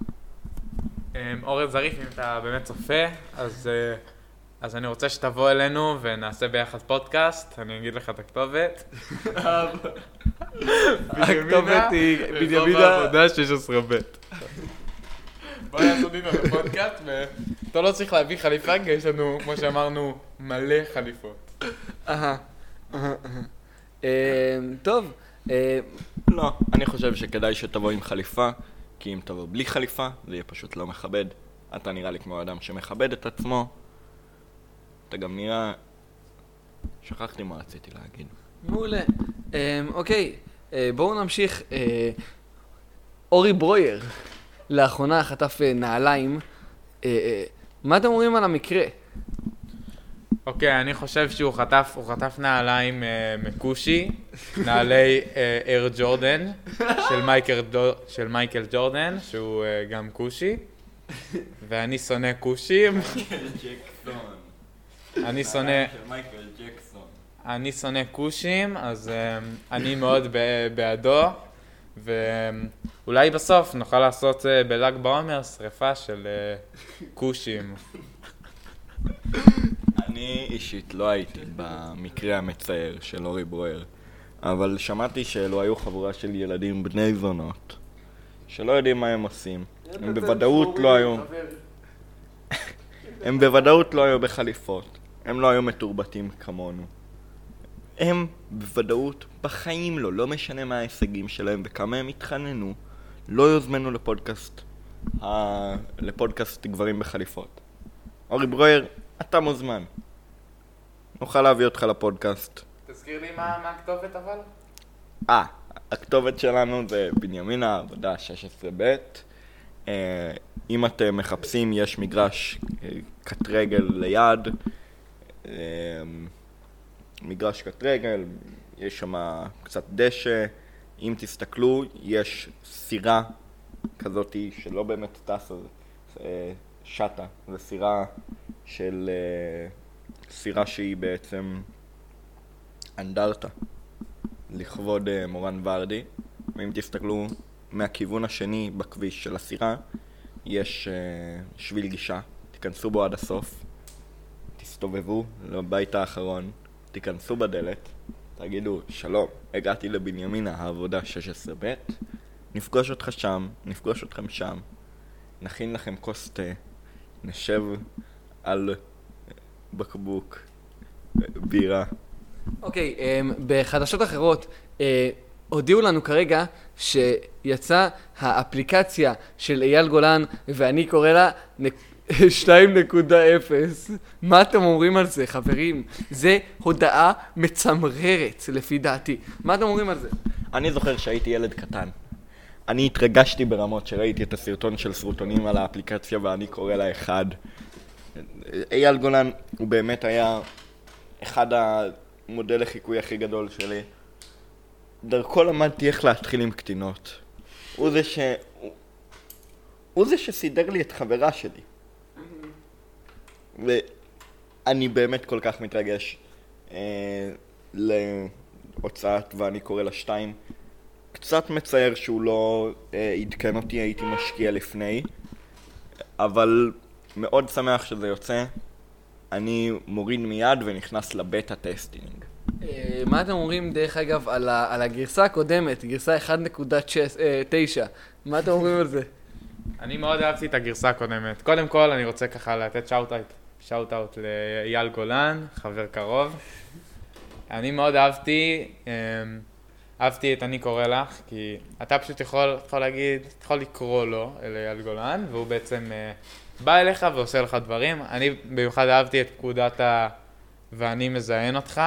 אורן זריף, אם אתה באמת צופה, אז אני רוצה שתבוא אלינו ונעשה ביחד פודקאסט. אני אגיד לך את הכתובת. הכתובת היא בנימינה. רחוב העבודה 16ב'. בוא נעשות איתנו בפודקאסט, ואתה לא צריך להביא חליפה, כי יש לנו, כמו שאמרנו, מלא חליפות. טוב. לא, אני חושב שכדאי שתבוא עם חליפה, כי אם תבוא בלי חליפה, זה יהיה פשוט לא מכבד. אתה נראה לי כמו אדם שמכבד את עצמו. אתה גם נראה... שכחתי מה רציתי להגיד. מעולה. אוקיי, בואו נמשיך. אורי ברויר, לאחרונה חטף נעליים. מה אתם אומרים על המקרה? אוקיי, אני חושב שהוא חטף נעליים מקושי, נעלי אייר ג'ורדן של מייקל ג'ורדן, שהוא גם קושי, ואני שונא קושים. אני שונא קושים, אז אני מאוד בעדו, ואולי בסוף נוכל לעשות בל"ג בעומר שריפה של קושים. אני אישית לא הייתי במקרה המצער של אורי ברויר, אבל שמעתי שאלו היו חבורה של ילדים בני זונות שלא יודעים מה הם עושים. הם בוודאות לא היו בחליפות, הם לא היו מתורבתים כמונו. הם בוודאות בחיים לא משנה מה ההישגים שלהם וכמה הם התחננו, לא יוזמנו לפודקאסט גברים בחליפות. אורי ברויר, אתה מוזמן. נוכל להביא אותך לפודקאסט. תזכיר לי מה הכתובת אבל? הכתובת שלנו זה בנימינה, עבודה 16ב'. אם אתם מחפשים, יש מגרש קט רגל ליד. מגרש קט רגל, יש שם קצת דשא. אם תסתכלו, יש סירה כזאת שלא באמת טסה, שטה. זו סירה שהיא בעצם אנדרטה לכבוד מורן ורדי. ואם תסתכלו מהכיוון השני בכביש של הסירה, יש שביל גישה, תיכנסו בו עד הסוף, תסתובבו לבית האחרון, תיכנסו בדלת, תגידו, שלום, הגעתי לבנימינה, העבודה 16ב', נפגוש אותך שם, נפגוש אתכם שם, נכין לכם כוס תה, נשב על בקבוק בירה. אוקיי, בחדשות אחרות, הודיעו לנו כרגע שיצא האפליקציה של אייל גולן, ואני קורא לה 2.0. מה אתם אומרים על זה, חברים? זה הודעה מצמררת, לפי דעתי. מה אתם אומרים על זה? אני זוכר שהייתי ילד קטן. אני התרגשתי ברמות שראיתי את הסרטון של סרטונים על האפליקציה ואני קורא לה 1. אייל גולן הוא באמת היה אחד המודל לחיקוי הכי גדול שלי. דרכו למדתי איך להתחיל עם קטינות. הוא זה שסידר לי את חברה שלי. ואני באמת כל כך מתרגש להוצאת ואני קורא לה 2. קצת מצער שהוא לא עדכן אותי, הייתי משקיע לפני, אבל מאוד שמח שזה יוצא. אני מוריד מיד ונכנס לבטה טסטינג. מה אתם אומרים דרך אגב על הגרסה הקודמת, גרסה 1.9? מה אתם אומרים על זה? אני מאוד אהבתי את הגרסה הקודמת. קודם כל אני רוצה ככה לתת שאוט-אוט לאייל גולן, חבר קרוב. אני מאוד אהבתי את אני קורא לך, כי אתה פשוט יכול לקרוא לו אל אייל גולן, והוא בעצם בא אליך ועושה לך דברים. אני במיוחד אהבתי את פקודת ואני מזיין אותך.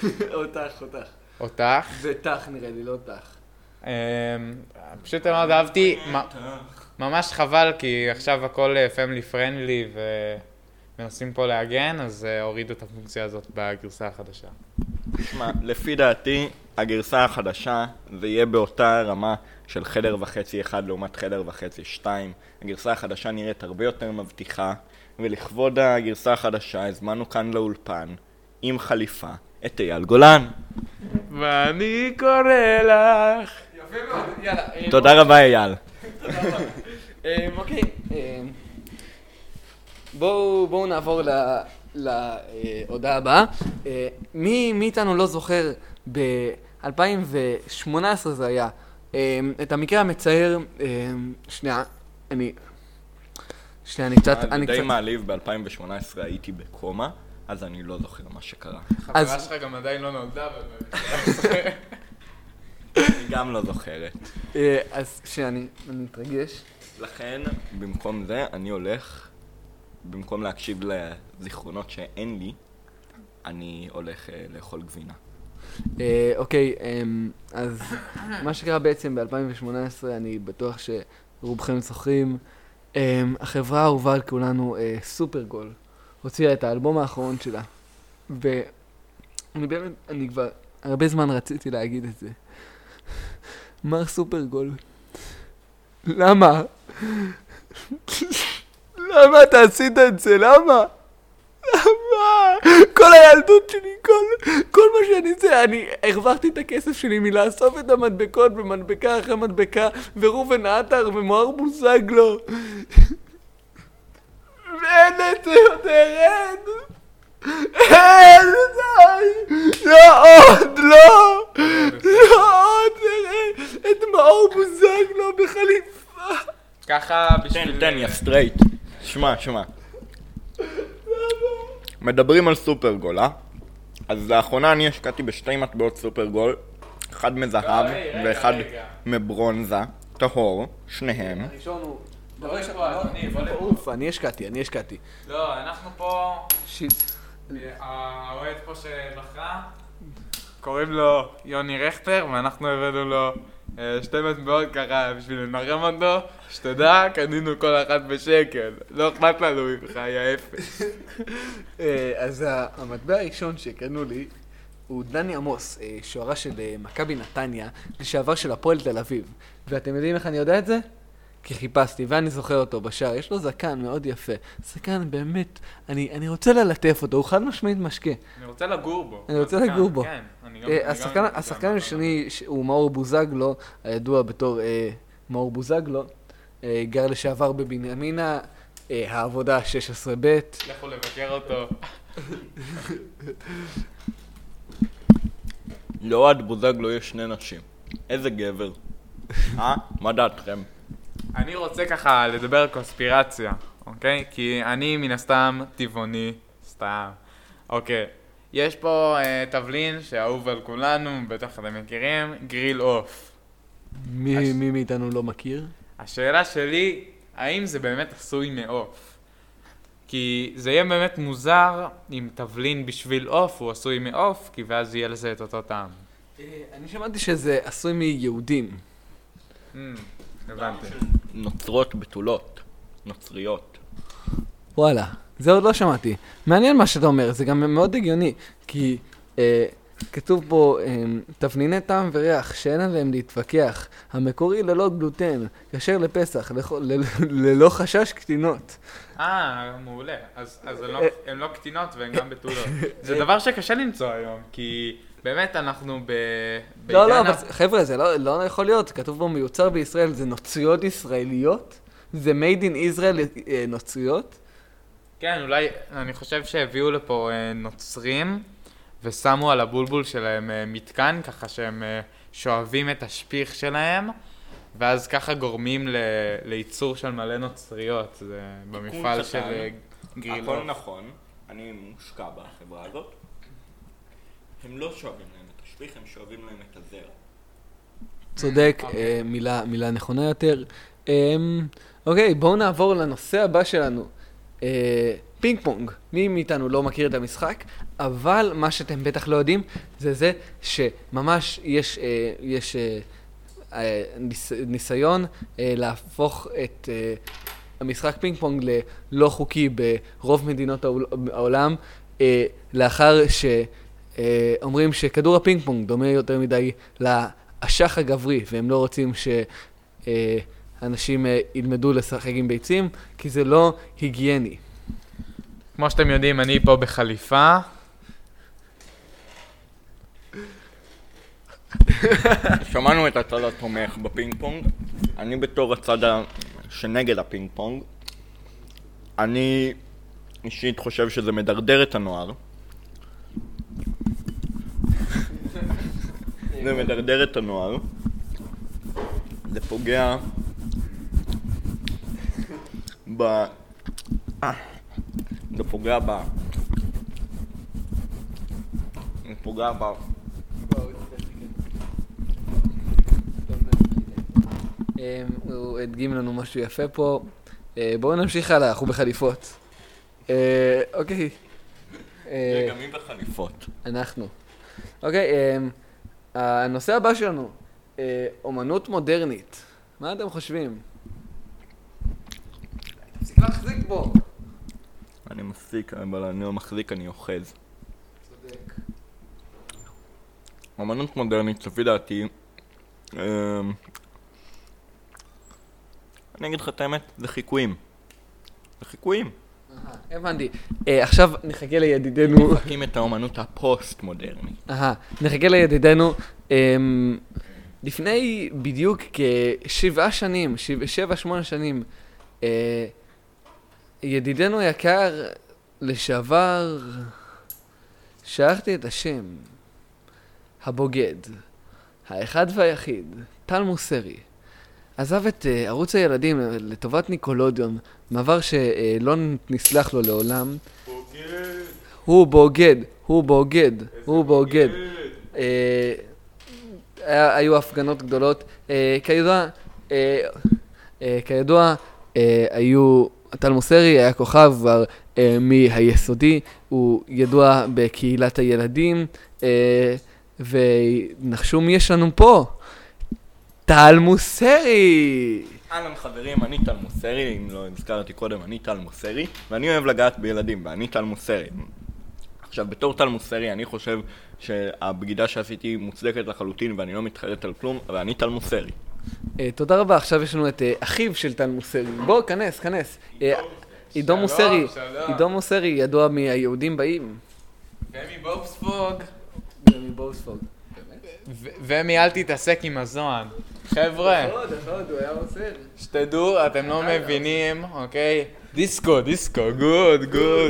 אותך. זה תח נראה לי, לא תח. פשוט מאוד אהבתי, ממש חבל, כי עכשיו הכל פמילי פרנדלי ומנסים פה להגן, אז הורידו את הפונקציה הזאת בגרסה החדשה. תשמע, לפי דעתי, הגרסה החדשה זה יהיה באותה רמה של חדר וחצי 1 לעומת חדר וחצי 2. הגרסה החדשה נראית הרבה יותר מבטיחה, ולכבוד הגרסה החדשה הזמנו כאן לאולפן עם חליפה את אייל גולן. ואני קורא לך. יפה מאוד, יאללה. תודה רבה אייל. אוקיי, בואו נעבור להודעה הבאה. מי איתנו לא זוכר, ב-2018 זה היה, את המקרה המצער, אני קצת... זה די מעליב, ב-2018 הייתי בקומה, אז אני לא זוכר מה שקרה. חברה שלך גם עדיין לא נולדה, אני גם לא זוכרת. אז שאני מתרגש. לכן, במקום זה, אני הולך, במקום להקשיב לזיכרונות שאין לי, אני הולך לאכול גבינה. אוקיי, אז מה שקרה בעצם ב-2018, אני בטוח שרובכם זוכרים, החברה האהובה על כולנו, סופרגול, הוציאה את האלבום האחרון שלה. אני כבר הרבה זמן רציתי להגיד את זה. מר סופרגול, למה? למה אתה עשית את זה? למה? כל הילדות שלי, כל מה שאני זה, אני הרווחתי את הכסף שלי מלאסוף את המדבקות במדבקה אחרי מדבקה, ורובן עטר ומואר בוזגלו. ואין את זה יותר, אין, די, לא עוד, לא עוד, את מאור בוזגלו בחליפה. ככה בשביל... תן, יא סטרייט. שמע. מדברים על סופרגול, אז לאחרונה אני השקעתי בשתי מטבעות סופרגול, אחד מזהב ואחד מברונזה, טהור, שניהם. הראשון הוא... אוף, אני השקעתי. לא, אנחנו פה... שיט. האוהד פה שבחרה, קוראים לו יוני רכטר, ואנחנו הבאנו לו שתי מטבעות ככה בשביל לנרם אותו, שתדע, קנינו כל אחת בשקל. לא אכפת לנו ממך, היה אפס. אז המטבע הראשון שקנו לי הוא דני עמוס, שוערה של מכבי נתניה, לשעבר של הפועל תל אביב. ואתם יודעים איך אני יודע את זה? כי חיפשתי, ואני זוכר אותו בשער. יש לו זקן מאוד יפה. זקן באמת, אני רוצה ללטף אותו, הוא חד משמעית משקה. אני רוצה לגור בו. כן, השחקן השני הוא מאור בוזגלו, הידוע בתור מאור בוזגלו. גר לשעבר בבנימינה, העבודה 16ב'. לכו לבקר אותו. לאוהד בוזגלו יש 2 נשים. איזה גבר. מה דעתכם? אני רוצה ככה לדבר על קונספירציה, אוקיי? כי אני מן הסתם טבעוני, סתם. אוקיי, יש פה תבלין שאהוב על כולנו, בטח אתם מכירים, גריל אוף. מי מאיתנו לא מכיר? השאלה שלי, האם זה באמת עשוי מעוף? כי זה יהיה באמת מוזר אם תבלין בשביל עוף הוא עשוי מעוף, כי ואז יהיה לזה את אותו טעם. אני שמעתי שזה עשוי מיהודים. הבנתי. נוצרות בתולות. נוצריות. וואלה, זה עוד לא שמעתי. מעניין מה שאתה אומר, זה גם מאוד הגיוני, כי כתוב פה תבליני טעם וריח שאין עליהם להתווכח, המקורי ללא גלוטן, כשר לפסח, ללא חשש קטינות. מעולה. אז הן לא קטינות והן גם בתולות. זה דבר שקשה למצוא היום, כי באמת אנחנו לא, אבל חבר'ה, זה לא יכול להיות, כתוב פה מיוצר בישראל, זה נוצריות ישראליות? זה made in Israel נוצריות? כן, אולי, אני חושב שהביאו לפה נוצרים, ושמו על הבולבול שלהם מתקן, ככה שהם שואבים את השפיך שלהם, ואז ככה גורמים לייצור של מלא נוצריות, זה במפעל של גרילו. הכל נכון, אני מושקע בחברה הזאת. הם לא שואבים להם את השפיך, הם שואבים להם את הזרע. צודק, מילה נכונה יותר. אוקיי, בואו נעבור לנושא הבא שלנו. פינג פונג. מי מאיתנו לא מכיר את המשחק, אבל מה שאתם בטח לא יודעים זה שממש יש ניסיון להפוך את המשחק פינג פונג ללא חוקי ברוב מדינות העולם, לאחר שאומרים שכדור הפינג פונג דומה יותר מדי לאשך הגברי, והם לא רוצים שאנשים ילמדו לשחק עם ביצים, כי זה לא היגייני. כמו שאתם יודעים, אני פה בחליפה. שמענו את הצד התומך בפינג פונג. אני בתור הצד שנגד הפינג פונג. אני אישית חושב שזה מדרדר את הנוער. זה מדרדר את הנוער. זה פוגע זה פוגע הוא הדגים לנו משהו יפה פה. בואו נמשיך הלאה, אנחנו בחליפות. אוקיי. גם מי בחליפות? אנחנו. אוקיי, הנושא הבא שלנו, אומנות מודרנית. מה אתם חושבים? תפסיק להחזיק בו. אני מפסיק, אבל אני לא מחזיק, אני אוחז. צודק. אומנות מודרנית, לפי דעתי, אני אגיד לך את האמת, זה חיקויים. זה חיקויים. הבנתי. עכשיו נחכה לידידנו. מחקים את האומנות הפוסט-מודרנית. נחכה לידידנו. לפני בדיוק כ7 שנים, 7-8 שנים, ידידנו יקר לשעבר, שכחתי את השם, הבוגד, האחד והיחיד, טל מוסרי, עזב את ערוץ הילדים לטובת ניקולודיון, מעבר שלא נסלח לו לעולם. הוא בוגד. היו הפגנות גדולות. כידוע, טל מוסרי היה כוכב כבר מהיסודי, הוא ידוע בקהילת הילדים, ונחשו מי יש לנו פה? טל מוסרי! אהלן חברים, אני טל מוסרי, אם לא הזכרתי קודם, אני טל מוסרי, ואני אוהב לגעת בילדים, ואני טל מוסרי. עכשיו, בתור טל מוסרי, אני חושב שהבגידה שעשיתי מוצדקת לחלוטין, ואני לא מתחרט על כלום, אבל אני טל מוסרי. תודה רבה, עכשיו יש לנו את אחיו של טל מוסרי. בוא, כנס. עידו מוסרי ידוע מהיהודים באים. ומי אל תתעסק עם הזוהן. חבר'ה, נכון, הוא היה עושה. שתדעו, אתם לא מבינים, אוקיי? דיסקו, גוד,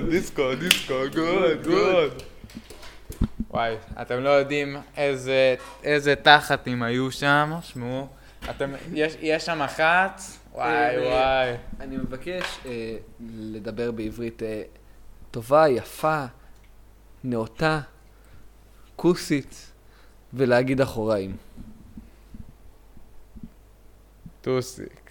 גוד. וואי, אתם לא יודעים איזה תחתים היו שם, שמעו. יש שם אחת, וואי. אני מבקש לדבר בעברית טובה, יפה, נאותה, כוסית, ולהגיד אחוריים. טוסיק.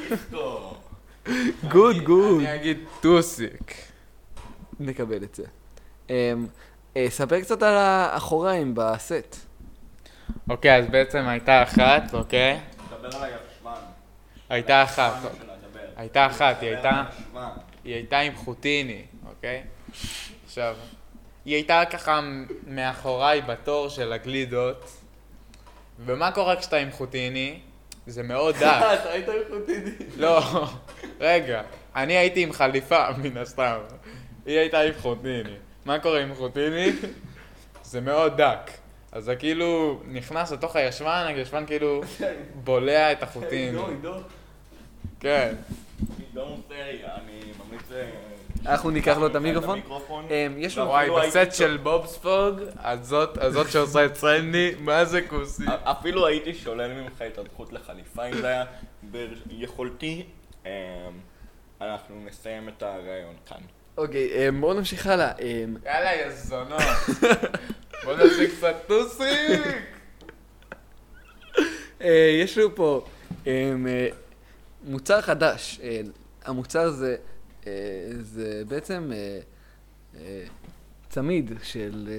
גוד. אני אגיד טוסיק. נקבל את זה. ספר קצת על האחוריים בסט. אוקיי, אז בעצם הייתה אחת, אוקיי? דבר על הישבן. הייתה אחת, דבר. היא הייתה עם חוטיני, אוקיי? עכשיו, היא הייתה ככה מאחוריי בתור של הגלידות, ומה קורה כשאתה עם חוטיני? זה מאוד דק. אתה היית איכותיני. לא, רגע, אני הייתי עם חליפה מן הסתם, היא הייתה עם חוטיני. מה קורה עם חוטיני? זה מאוד דק. אז זה כאילו נכנס לתוך הישבן כאילו בולע את החוטיני. עידו. כן. עידו מוסרי, אני ממליץ... אנחנו ניקח לו את המיקרופון. יש לו... וואי, בסט של בובספוג, הזאת שעושה את סרני, מה זה כוסי? אפילו הייתי שולל ממך את הזכות לחליפה, אם זה היה ביכולתי. אנחנו נסיים את הרעיון כאן. אוקיי, בואו נמשיך הלאה. יאללה, יא זונות. בוא נעשה קצת טוסיק. יש לנו פה מוצר חדש. המוצר זה בעצם צמיד של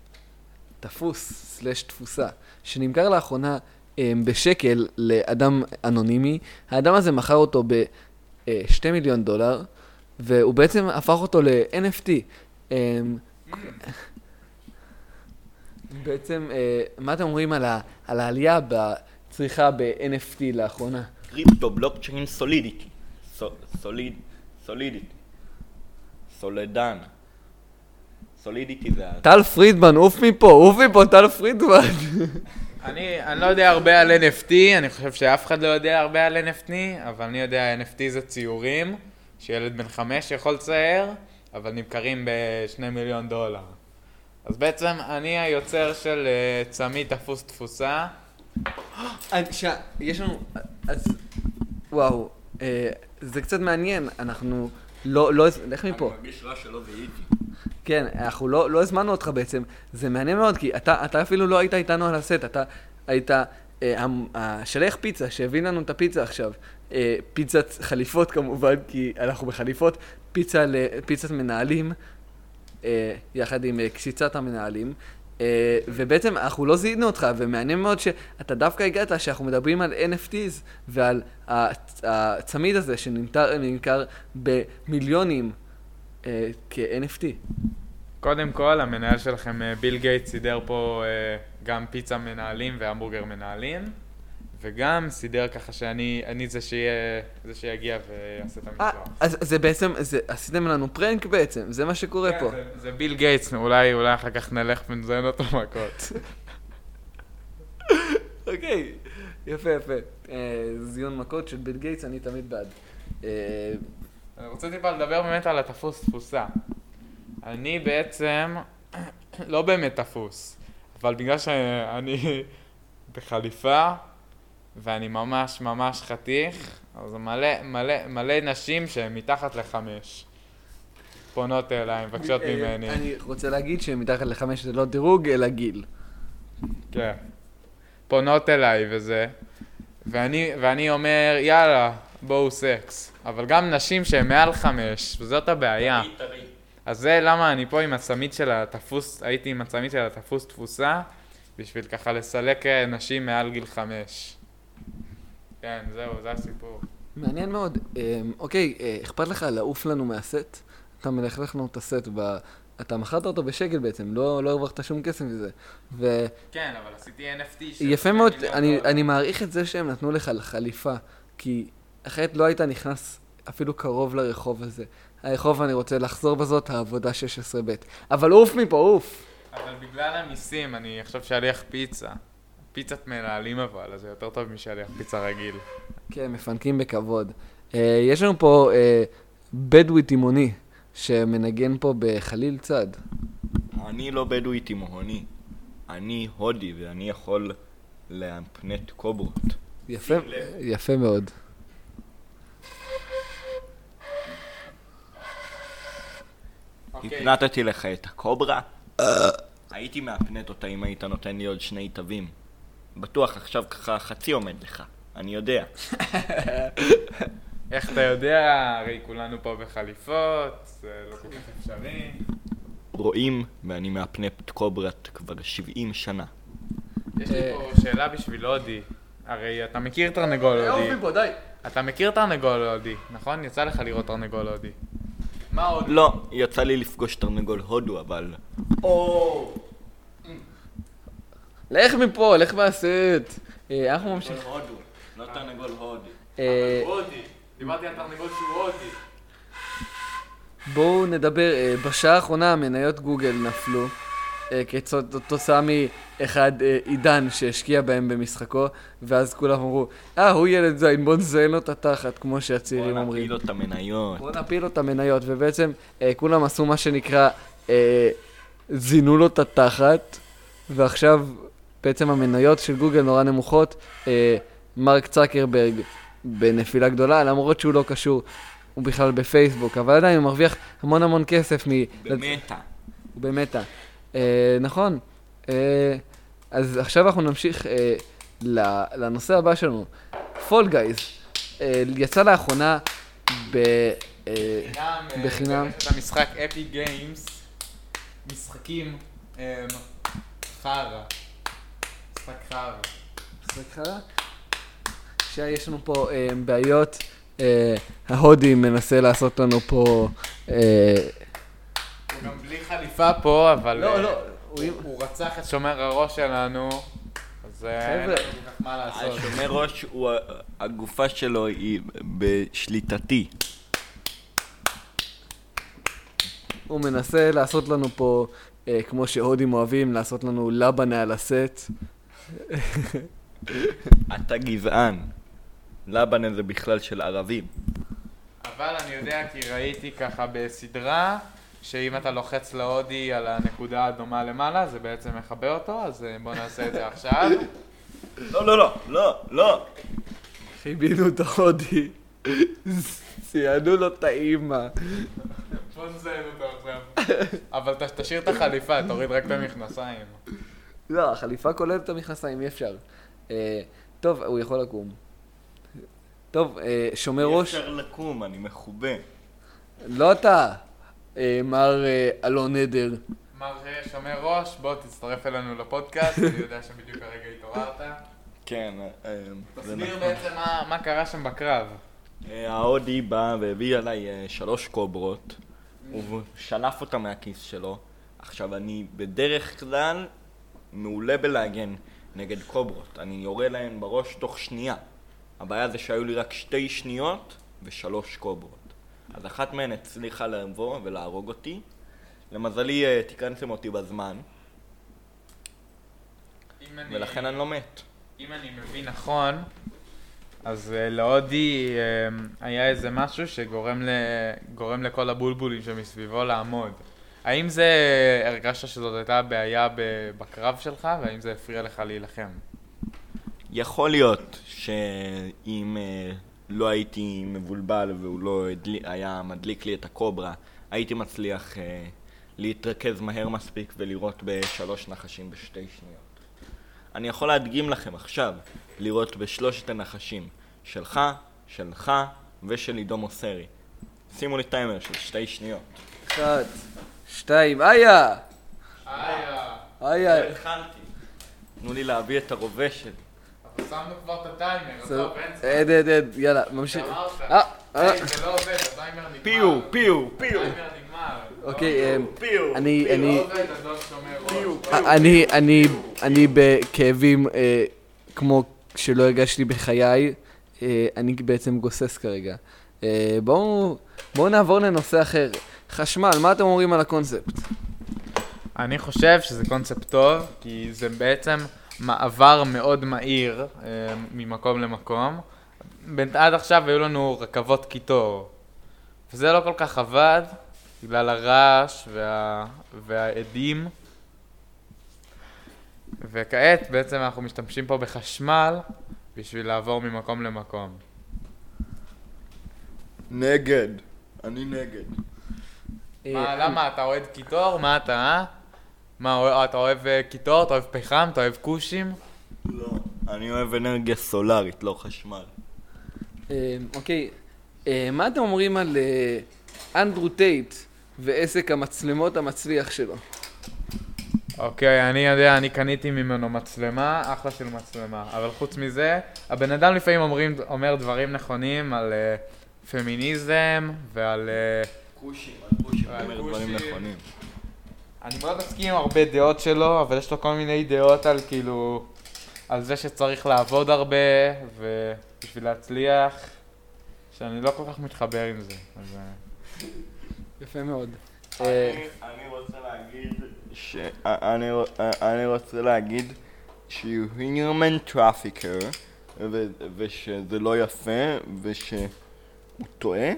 תפוס/תפוסה, שנמכר לאחרונה בשקל לאדם אנונימי. האדם הזה מכר אותו $2 מיליון, והוא בעצם הפך אותו ל-NFT. בעצם, מה אתם אומרים על העלייה בצריכה ב-NFT לאחרונה? קריפטו, בלוקצ'יין, סולידיטי. סולידיטי. סולדן. סולידיטי זה... טל פרידמן, עוף מפה, טל פרידמן. אני לא יודע הרבה על NFT, אני חושב שאף אחד לא יודע הרבה על NFT, אבל אני יודע NFT זה ציורים, שילד בן 5 יכול לצייר, אבל נמכרים ב$2 מיליון. אז בעצם אני היוצר של צמיד תפוס תפוסה. יש לנו... אז... וואו, זה קצת מעניין, אנחנו לא... לך מפה. אני מרגיש רע שלא זיהיתי. כן, אנחנו לא הזמנו אותך בעצם. זה מעניין מאוד, כי אתה אפילו לא היית איתנו על הסט, אתה היית השליח פיצה שהביא לנו את הפיצה עכשיו. פיצת חליפות כמובן, כי אנחנו בחליפות, פיצת מנהלים, יחד עם קשיצת המנהלים. ובעצם אנחנו לא זיהינו אותך, ומעניין מאוד שאתה דווקא הגעת שאנחנו מדברים על NFTs ועל הצמיד הזה שנמכר במיליונים כ-NFT. קודם כל, המנהל שלכם, ביל גייט, סידר פה גם פיצה מנהלים והמבורגר מנהלים, וגם סידר ככה שאני זה שיגיע ויעשה את המשלוח. אז זה בעצם, עשיתם לנו פרנק בעצם, זה מה שקורה פה. זה ביל גייטס, אולי אחר כך נלך ונזיין אותו מכות. אוקיי, יפה. זיון מכות של ביל גייטס, אני תמיד בעד. אני רוצה טיפה לדבר באמת על התפוס תפוסה. אני בעצם לא באמת תפוס, אבל בגלל שאני בחליפה ואני ממש חתיך, אז מלא נשים שהן מתחת ל5 פונות אליי, מבקשות ממני. אני רוצה להגיד שמתחת ל5 זה לא דירוג אלא גיל. כן. פונות אליי וזה, ואני אומר יאללה בואו סקס, אבל גם נשים שהן מעל 5, וזאת הבעיה. אז זה למה אני פה עם הצמיד של התפוס, הייתי עם הצמיד של התפוס תפוסה, בשביל ככה לסלק נשים מעל גיל 5. כן, זהו, זה הסיפור. מעניין מאוד. אוקיי, אכפת לך לעוף לנו מהסט? אתה מלכלך לנו את הסט, אתה מכרת אותו בשקל בעצם, לא הרווחת שום כסף מזה. כן, אבל עשיתי NFT. יפה מאוד, אני מעריך את זה שהם נתנו לך חליפה, כי אחרת לא היית נכנס אפילו קרוב לרחוב הזה. הרחוב, אני רוצה לחזור בזאת, העבודה 16ב'. אבל עוף מפה, עוף. אבל בגלל המיסים, אני חושב שליח פיצת מנהלים אבל, אז זה יותר טוב משליח פיצה רגיל. כן, מפנקים בכבוד. יש לנו פה בדואי תימוני, שמנגן פה בחליל צד. אני לא בדואי תימהוני, אני הודי ואני יכול להפנט קוברות. יפה מאוד. הפנטתי לך את הקוברה? הייתי מאפנט אותה אם היית נותן לי עוד 2 תווים. בטוח עכשיו ככה חצי עומד לך, אני יודע. איך אתה יודע? הרי כולנו פה בחליפות, זה לא כל כך אפשרי. רואים ואני מאפנט קוברת כבר 70 שנה. יש לי פה שאלה בשביל הודי. הרי אתה מכיר תרנגול הודי. די. אתה מכיר תרנגול הודי, נכון? יצא לך לראות תרנגול הודי. מה עוד? לא, יצא לי לפגוש תרנגול הודו, אבל... לך מפה, לך מהסט. אנחנו ממשיכים. תרנגול הודו, לא תרנגול הודי. הודי. דיברתי על תרנגול שהוא הודי. בואו נדבר, בשעה האחרונה המניות גוגל נפלו כתוצאה מאחד עידן שהשקיע בהם במשחקו, ואז כולם אמרו, הוא ילד זין, בוא נזיין לו את התחת, כמו שהצעירים אומרים. בוא נפיל לו את המניות. בוא נפיל לו את המניות, ובעצם כולם עשו מה שנקרא, זינו לו את התחת, ועכשיו בעצם המניות של גוגל נורא נמוכות, מרק צקרברג בנפילה גדולה, למרות שהוא לא קשור, הוא בכלל בפייסבוק, אבל עדיין הוא מרוויח המון כסף במטה. הוא במטה. נכון. אז עכשיו אנחנו נמשיך לנושא הבא שלנו. פול גייז. יצא לאחרונה בחינם. את המשחק אפי גיימס. משחקים חרא. משחק חרא. שיש לנו פה בעיות. ההודי מנסה לעשות לנו פה... הוא גם בלי חליפה פה, אבל... לא. הוא רצח את שומר הראש שלנו, אז אין לנו כל כך מה לעשות. השומר ראש, הגופה שלו היא בשליטתי. הוא מנסה לעשות לנו פה, כמו שהודים אוהבים, לעשות לנו לבנה על הסט. אתה גזען. לבנה זה בכלל של ערבים. אבל אני יודע כי ראיתי ככה בסדרה, שאם אתה לוחץ להודי על הנקודה האדומה למעלה, זה בעצם מחבא אותו, אז בוא נעשה את זה עכשיו. לא. חיבינו את ההודי. ציינו לו את האימא. בוא נזיין אותו עכשיו. אבל תשאיר את החליפה, תוריד רק את המכנסיים. לא, החליפה כוללת את המכנסיים, אי אפשר. טוב, הוא יכול לקום. טוב, שומר ראש... אי אפשר לקום, אני מחובה. לא אתה, מר אלון נדר. מר שומר ראש, בוא תצטרף אלינו לפודקאסט, אני יודע שבדיוק הרגע התעוררת. כן, תסביר בעצם מה קרה שם בקרב. ההודי בא והביא עליי 3 קוברות, הוא שלף אותה מהכיס שלו. עכשיו אני בדרך כלל מעולה בלהגן נגד קוברות, אני יורה להן בראש תוך שנייה. הבעיה זה שהיו לי רק 2 שניות ו3 קוברות. אז אחת מהן הצליחה לבוא ולהרוג אותי. למזלי תיקנתם אותי בזמן, ולכן אני לא מת. אם אני מבין נכון, אז להודי היה איזה משהו שגורם לכל הבולבולים שמסביבו לעמוד. האם זה הרגשת שזאת הייתה בעיה בקרב שלך, והאם זה הפריע לך להילחם? יכול להיות שאם לא הייתי מבולבל והוא לא היה מדליק לי את הקוברה, הייתי מצליח להתרכז מהר מספיק ולראות ב3 נחשים ב2 שניות. אני יכול להדגים לכם עכשיו, לראות ב3 הנחשים, שלך, שלך ושל עידו מוסרי. שימו לי טיימר של 2 שניות. 1, 2, איה! איה! התחלתי. תנו לי להביא את הרובה שלי. אבל שמנו כבר את הטיימר, אז לא, באמצע. יאללה, ממשיך. אמרת. זה לא עובד, הטיימר נגמר. פיו. הטיימר נגמר. אוקיי, לא אני בכאבים כמו שלא הרגשתי בחיי, אני בעצם גוסס כרגע. בואו נעבור לנושא אחר. חשמל, מה אתם אומרים על הקונספט? אני חושב שזה קונספט טוב, כי זה בעצם מעבר מאוד מהיר ממקום למקום. עד עכשיו היו לנו רכבות קיטור, וזה לא כל כך עבד בגלל הרעש והעדים. וכעת בעצם אנחנו משתמשים פה בחשמל בשביל לעבור ממקום למקום. נגד. אני נגד. למה? אתה אוהד קיטור? מה אתה, מה, אתה אוהב קיטור? אתה אוהב פחם? אתה אוהב קושים? לא. אני אוהב אנרגיה סולארית, לא חשמל. אוקיי, מה אתם אומרים על אנדרו טייט ועסק המצלמות המצליח שלו? אוקיי, אני יודע, אני קניתי ממנו מצלמה, אחלה של מצלמה. אבל חוץ מזה, הבן אדם לפעמים אומר דברים נכונים על פמיניזם ועל... קושים, אומר דברים נכונים. אני מאוד מסכים עם הרבה דעות שלו, אבל יש לו כל מיני דעות על כאילו... על זה שצריך לעבוד הרבה, ובשביל להצליח, שאני לא כל כך מתחבר עם זה. אז... יפה מאוד. אני רוצה להגיד שהוא human trafficker, ושזה לא יפה, ושהוא טועה.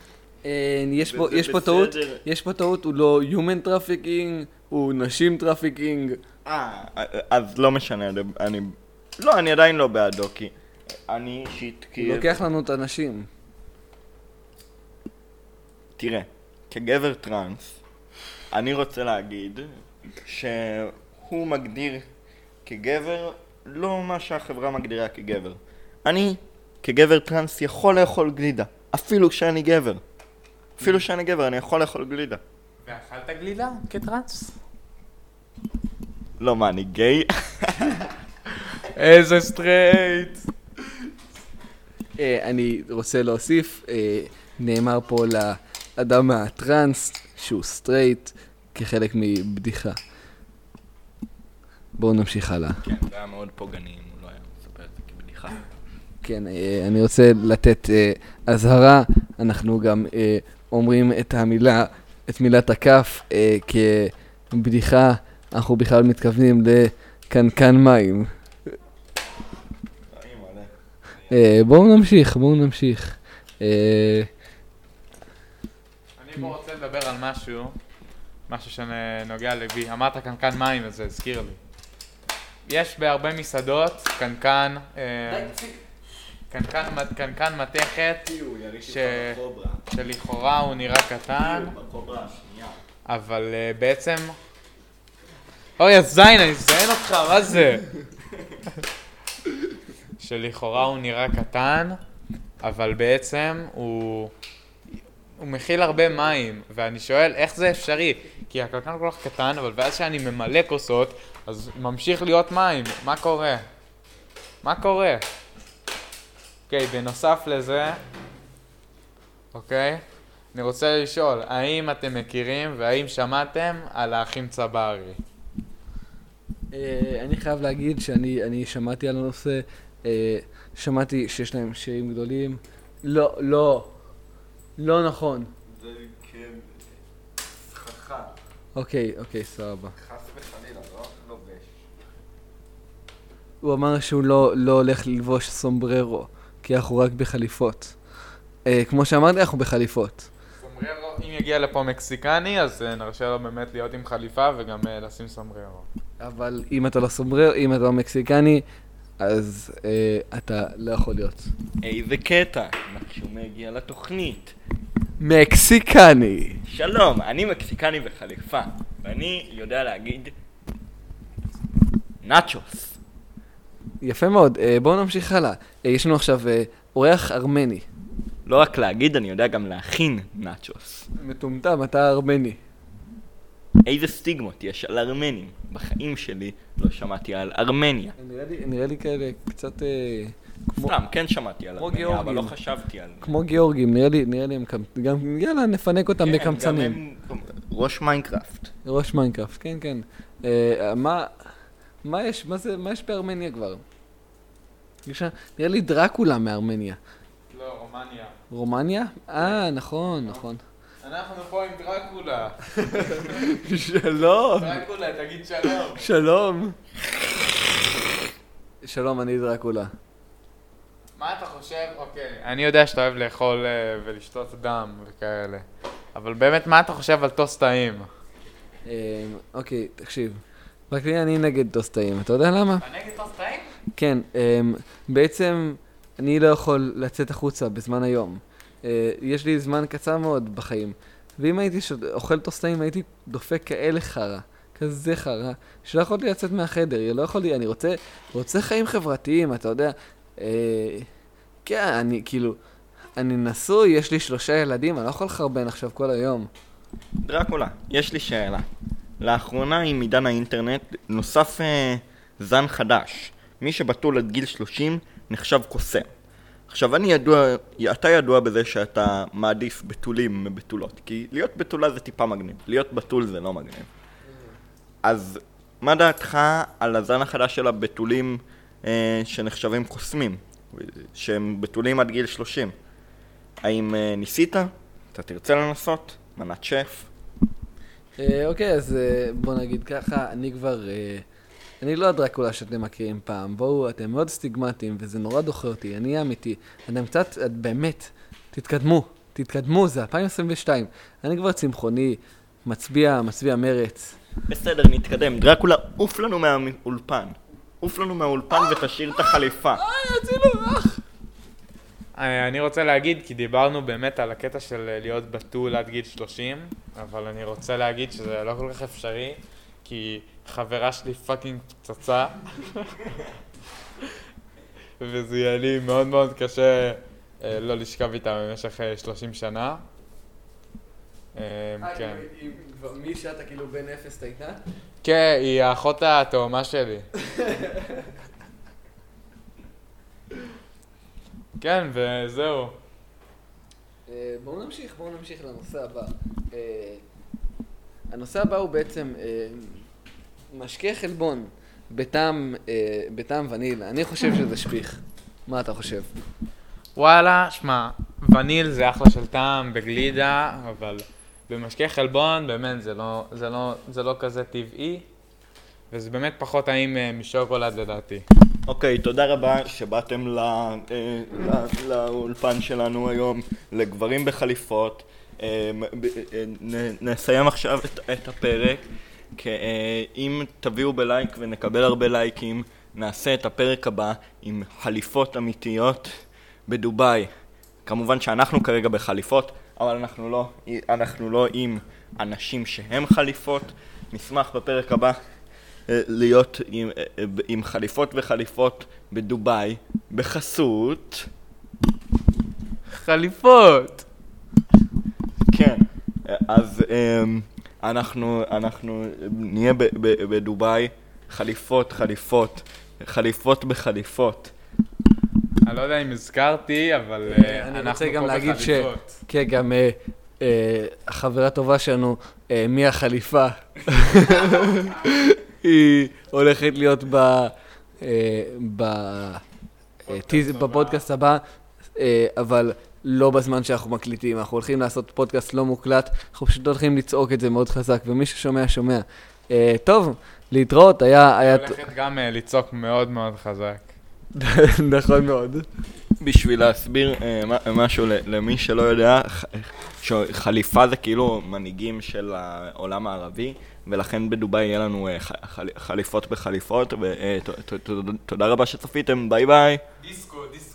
יש פה טעות, הוא לא human trafficking, הוא נשים trafficking. אז לא משנה, אני עדיין לא בעדו, כי אני אישית, הוא לוקח לנו את הנשים. תראה, כגבר טרנס, אני רוצה להגיד שהוא מגדיר כגבר לא מה שהחברה מגדירה כגבר. אני כגבר טרנס יכול לאכול גלידה, אפילו שאני גבר. אני יכול לאכול גלידה. ואכלת גלידה כטרנס? לא, מה, אני גיי? איזה סטרייט. אני רוצה להוסיף, נאמר פה לאדם הטרנס שהוא סטרייט כחלק מבדיחה. בואו נמשיך הלאה. כן, זה היה מאוד פוגעני אם הוא לא היה מספר את זה כבדיחה. כן, אני רוצה לתת הזהרה. אנחנו גם אומרים את מילת הכף כבדיחה. אנחנו בכלל מתכוונים לקנקן מים. בואו נמשיך. אני פה רוצה לדבר על משהו שנוגע לבי. אמרת קנקן מים, אז זה הזכיר לי. יש בהרבה מסעדות קנקן מתכת שלכאורה הוא נראה קטן, אבל בעצם... אוי, הזין, אני זיין אותך, מה זה? שלכאורה הוא נראה קטן, אבל בעצם הוא מכיל הרבה מים, ואני שואל איך זה אפשרי? כי הקנקן כל כך קטן, אבל ואז שאני ממלא כוסות, אז ממשיך להיות מים. מה קורה? אוקיי, בנוסף לזה, אוקיי, אני רוצה לשאול, האם אתם מכירים והאם שמעתם על האחים צברי? אני חייב להגיד שאני שמעתי על הנושא, שמעתי שיש להם שירים גדולים. לא נכון. זה כסככה. אוקיי, סבבה. חס וחלילה, לא לובש. הוא אמר שהוא לא הולך ללבוש סומבררו, כי אנחנו רק בחליפות. כמו שאמרתי, אנחנו בחליפות. סומבררו, אם יגיע לפה מקסיקני, אז נרשה לו באמת להיות עם חליפה וגם לשים סומבררו. אבל אם אתה לא מקסיקני, אז אתה לא יכול להיות. איזה קטע, כשהוא מגיע לתוכנית. מקסיקני. שלום, אני מקסיקני וחליפה, ואני יודע להגיד נאצ'וס. יפה מאוד, בואו נמשיך הלאה. יש לנו עכשיו אורח ארמני. לא רק להגיד, אני יודע גם להכין נאצ'וס. מטומטם, אתה ארמני. איזה סטיגמות יש על ארמנים? בחיים שלי לא שמעתי על ארמניה. נראה לי כאלה קצת... סתם, כן שמעתי על ארמניה, אבל לא חשבתי על... כמו גיאורגים, נראה לי הם גם... יאללה, נפנק אותם בקמצנים. ראש מיינקראפט. ראש מיינקראפט, כן. מה יש בארמניה כבר? נראה לי דרקולה מארמניה. לא, רומניה. רומניה? נכון. אנחנו פה עם דרקולה. שלום. דרקולה, תגיד שלום. שלום. שלום, אני דרקולה. מה אתה חושב? אוקיי. אני יודע שאתה אוהב לאכול ולשתות דם וכאלה. אבל באמת, מה אתה חושב על טוסט טעים? אוקיי, תקשיב. רק לי אני נגד טוסט טעים, אתה יודע למה? אתה נגד טוסט טעים? כן, בעצם אני לא יכול לצאת החוצה בזמן היום. יש לי זמן קצר מאוד בחיים. ואם הייתי אוכל טוסט טעים, הייתי דופק כאלה חרה. כזה חרה, שלא יכולתי לצאת מהחדר, לא יכולתי, אני רוצה חיים חברתיים, אתה יודע. כן, אני כאילו, אני נשוי, יש לי 3 ילדים, אני לא יכול לחרבן עכשיו כל היום. דרקולה, יש לי שאלה. לאחרונה עם עידן האינטרנט נוסף זן חדש. מי שבתול עד גיל 30 נחשב קוסם. עכשיו אתה ידוע בזה שאתה מעדיף בתולים מבתולות, כי להיות בתולה זה טיפה מגניב, להיות בתול זה לא מגניב. אז מה דעתך על הזן החדש של הבתולים שנחשבים קוסמים, שהם בתולים עד גיל 30? האם ניסית? אתה תרצה לנסות? מנת שף? אוקיי, אז בוא נגיד ככה, אני לא הדרקולה שאתם מכירים פעם. בואו, אתם מאוד סטיגמטיים, וזה נורא דוחה אותי, אני אמיתי. אתם קצת, באמת, תתקדמו, זה 2022. אני כבר צמחוני, מצביע מרץ. בסדר, נתקדם. דרקולה, עוף לנו מהאולפן ותשאיר את החליפה. אני רוצה להגיד, כי דיברנו באמת על הקטע של להיות בתול עד גיל 30, אבל אני רוצה להגיד שזה לא כל כך אפשרי, כי חברה שלי פאקינג פצצה, וזה יהיה לי מאוד מאוד קשה לא לשכב איתה במשך 30 שנה. כן. מי שאתה כאילו בן אפס הייתה? כן, היא האחות התאומה שלי. כן, וזהו. בואו נמשיך לנושא הבא. הנושא הבא הוא בעצם משקה חלבון בטעם וניל. אני חושב שזה שפיך. מה אתה חושב? וואלה, שמע, וניל זה אחלה של טעם בגלידה, אבל במשקה חלבון באמת זה לא כזה טבעי, וזה באמת פחות טעים משוקולד לדעתי. אוקיי, תודה רבה שבאתם לאולפן שלנו היום, לגברים בחליפות. נסיים עכשיו את הפרק, אם תביאו בלייק ונקבל הרבה לייקים, נעשה את הפרק הבא עם חליפות אמיתיות בדוביי. כמובן שאנחנו כרגע בחליפות, אבל אנחנו לא עם אנשים שהם חליפות. נשמח בפרק הבא להיות עם חליפות וחליפות בדוביי בחסות חליפות! כן, אז אנחנו נהיה בדוביי חליפות בחליפות. אני לא יודע אם הזכרתי, אבל אני רוצה גם להגיד כן, גם החברה טובה שלנו, מי החליפה, היא הולכת להיות בפודקאסט הבא, אבל לא בזמן שאנחנו מקליטים. אנחנו הולכים לעשות פודקאסט לא מוקלט, אנחנו פשוט הולכים לצעוק את זה מאוד חזק, ומי ששומע שומע. טוב, להתראות, היה... הולכת גם לצעוק מאוד מאוד חזק. נכון מאוד. בשביל להסביר משהו למי שלא יודע, חליפה זה כאילו מנהיגים של העולם הערבי, ולכן בדוביי יהיה לנו חליפות בחליפות, ותודה רבה שצפיתם, ביי ביי. דיסקו.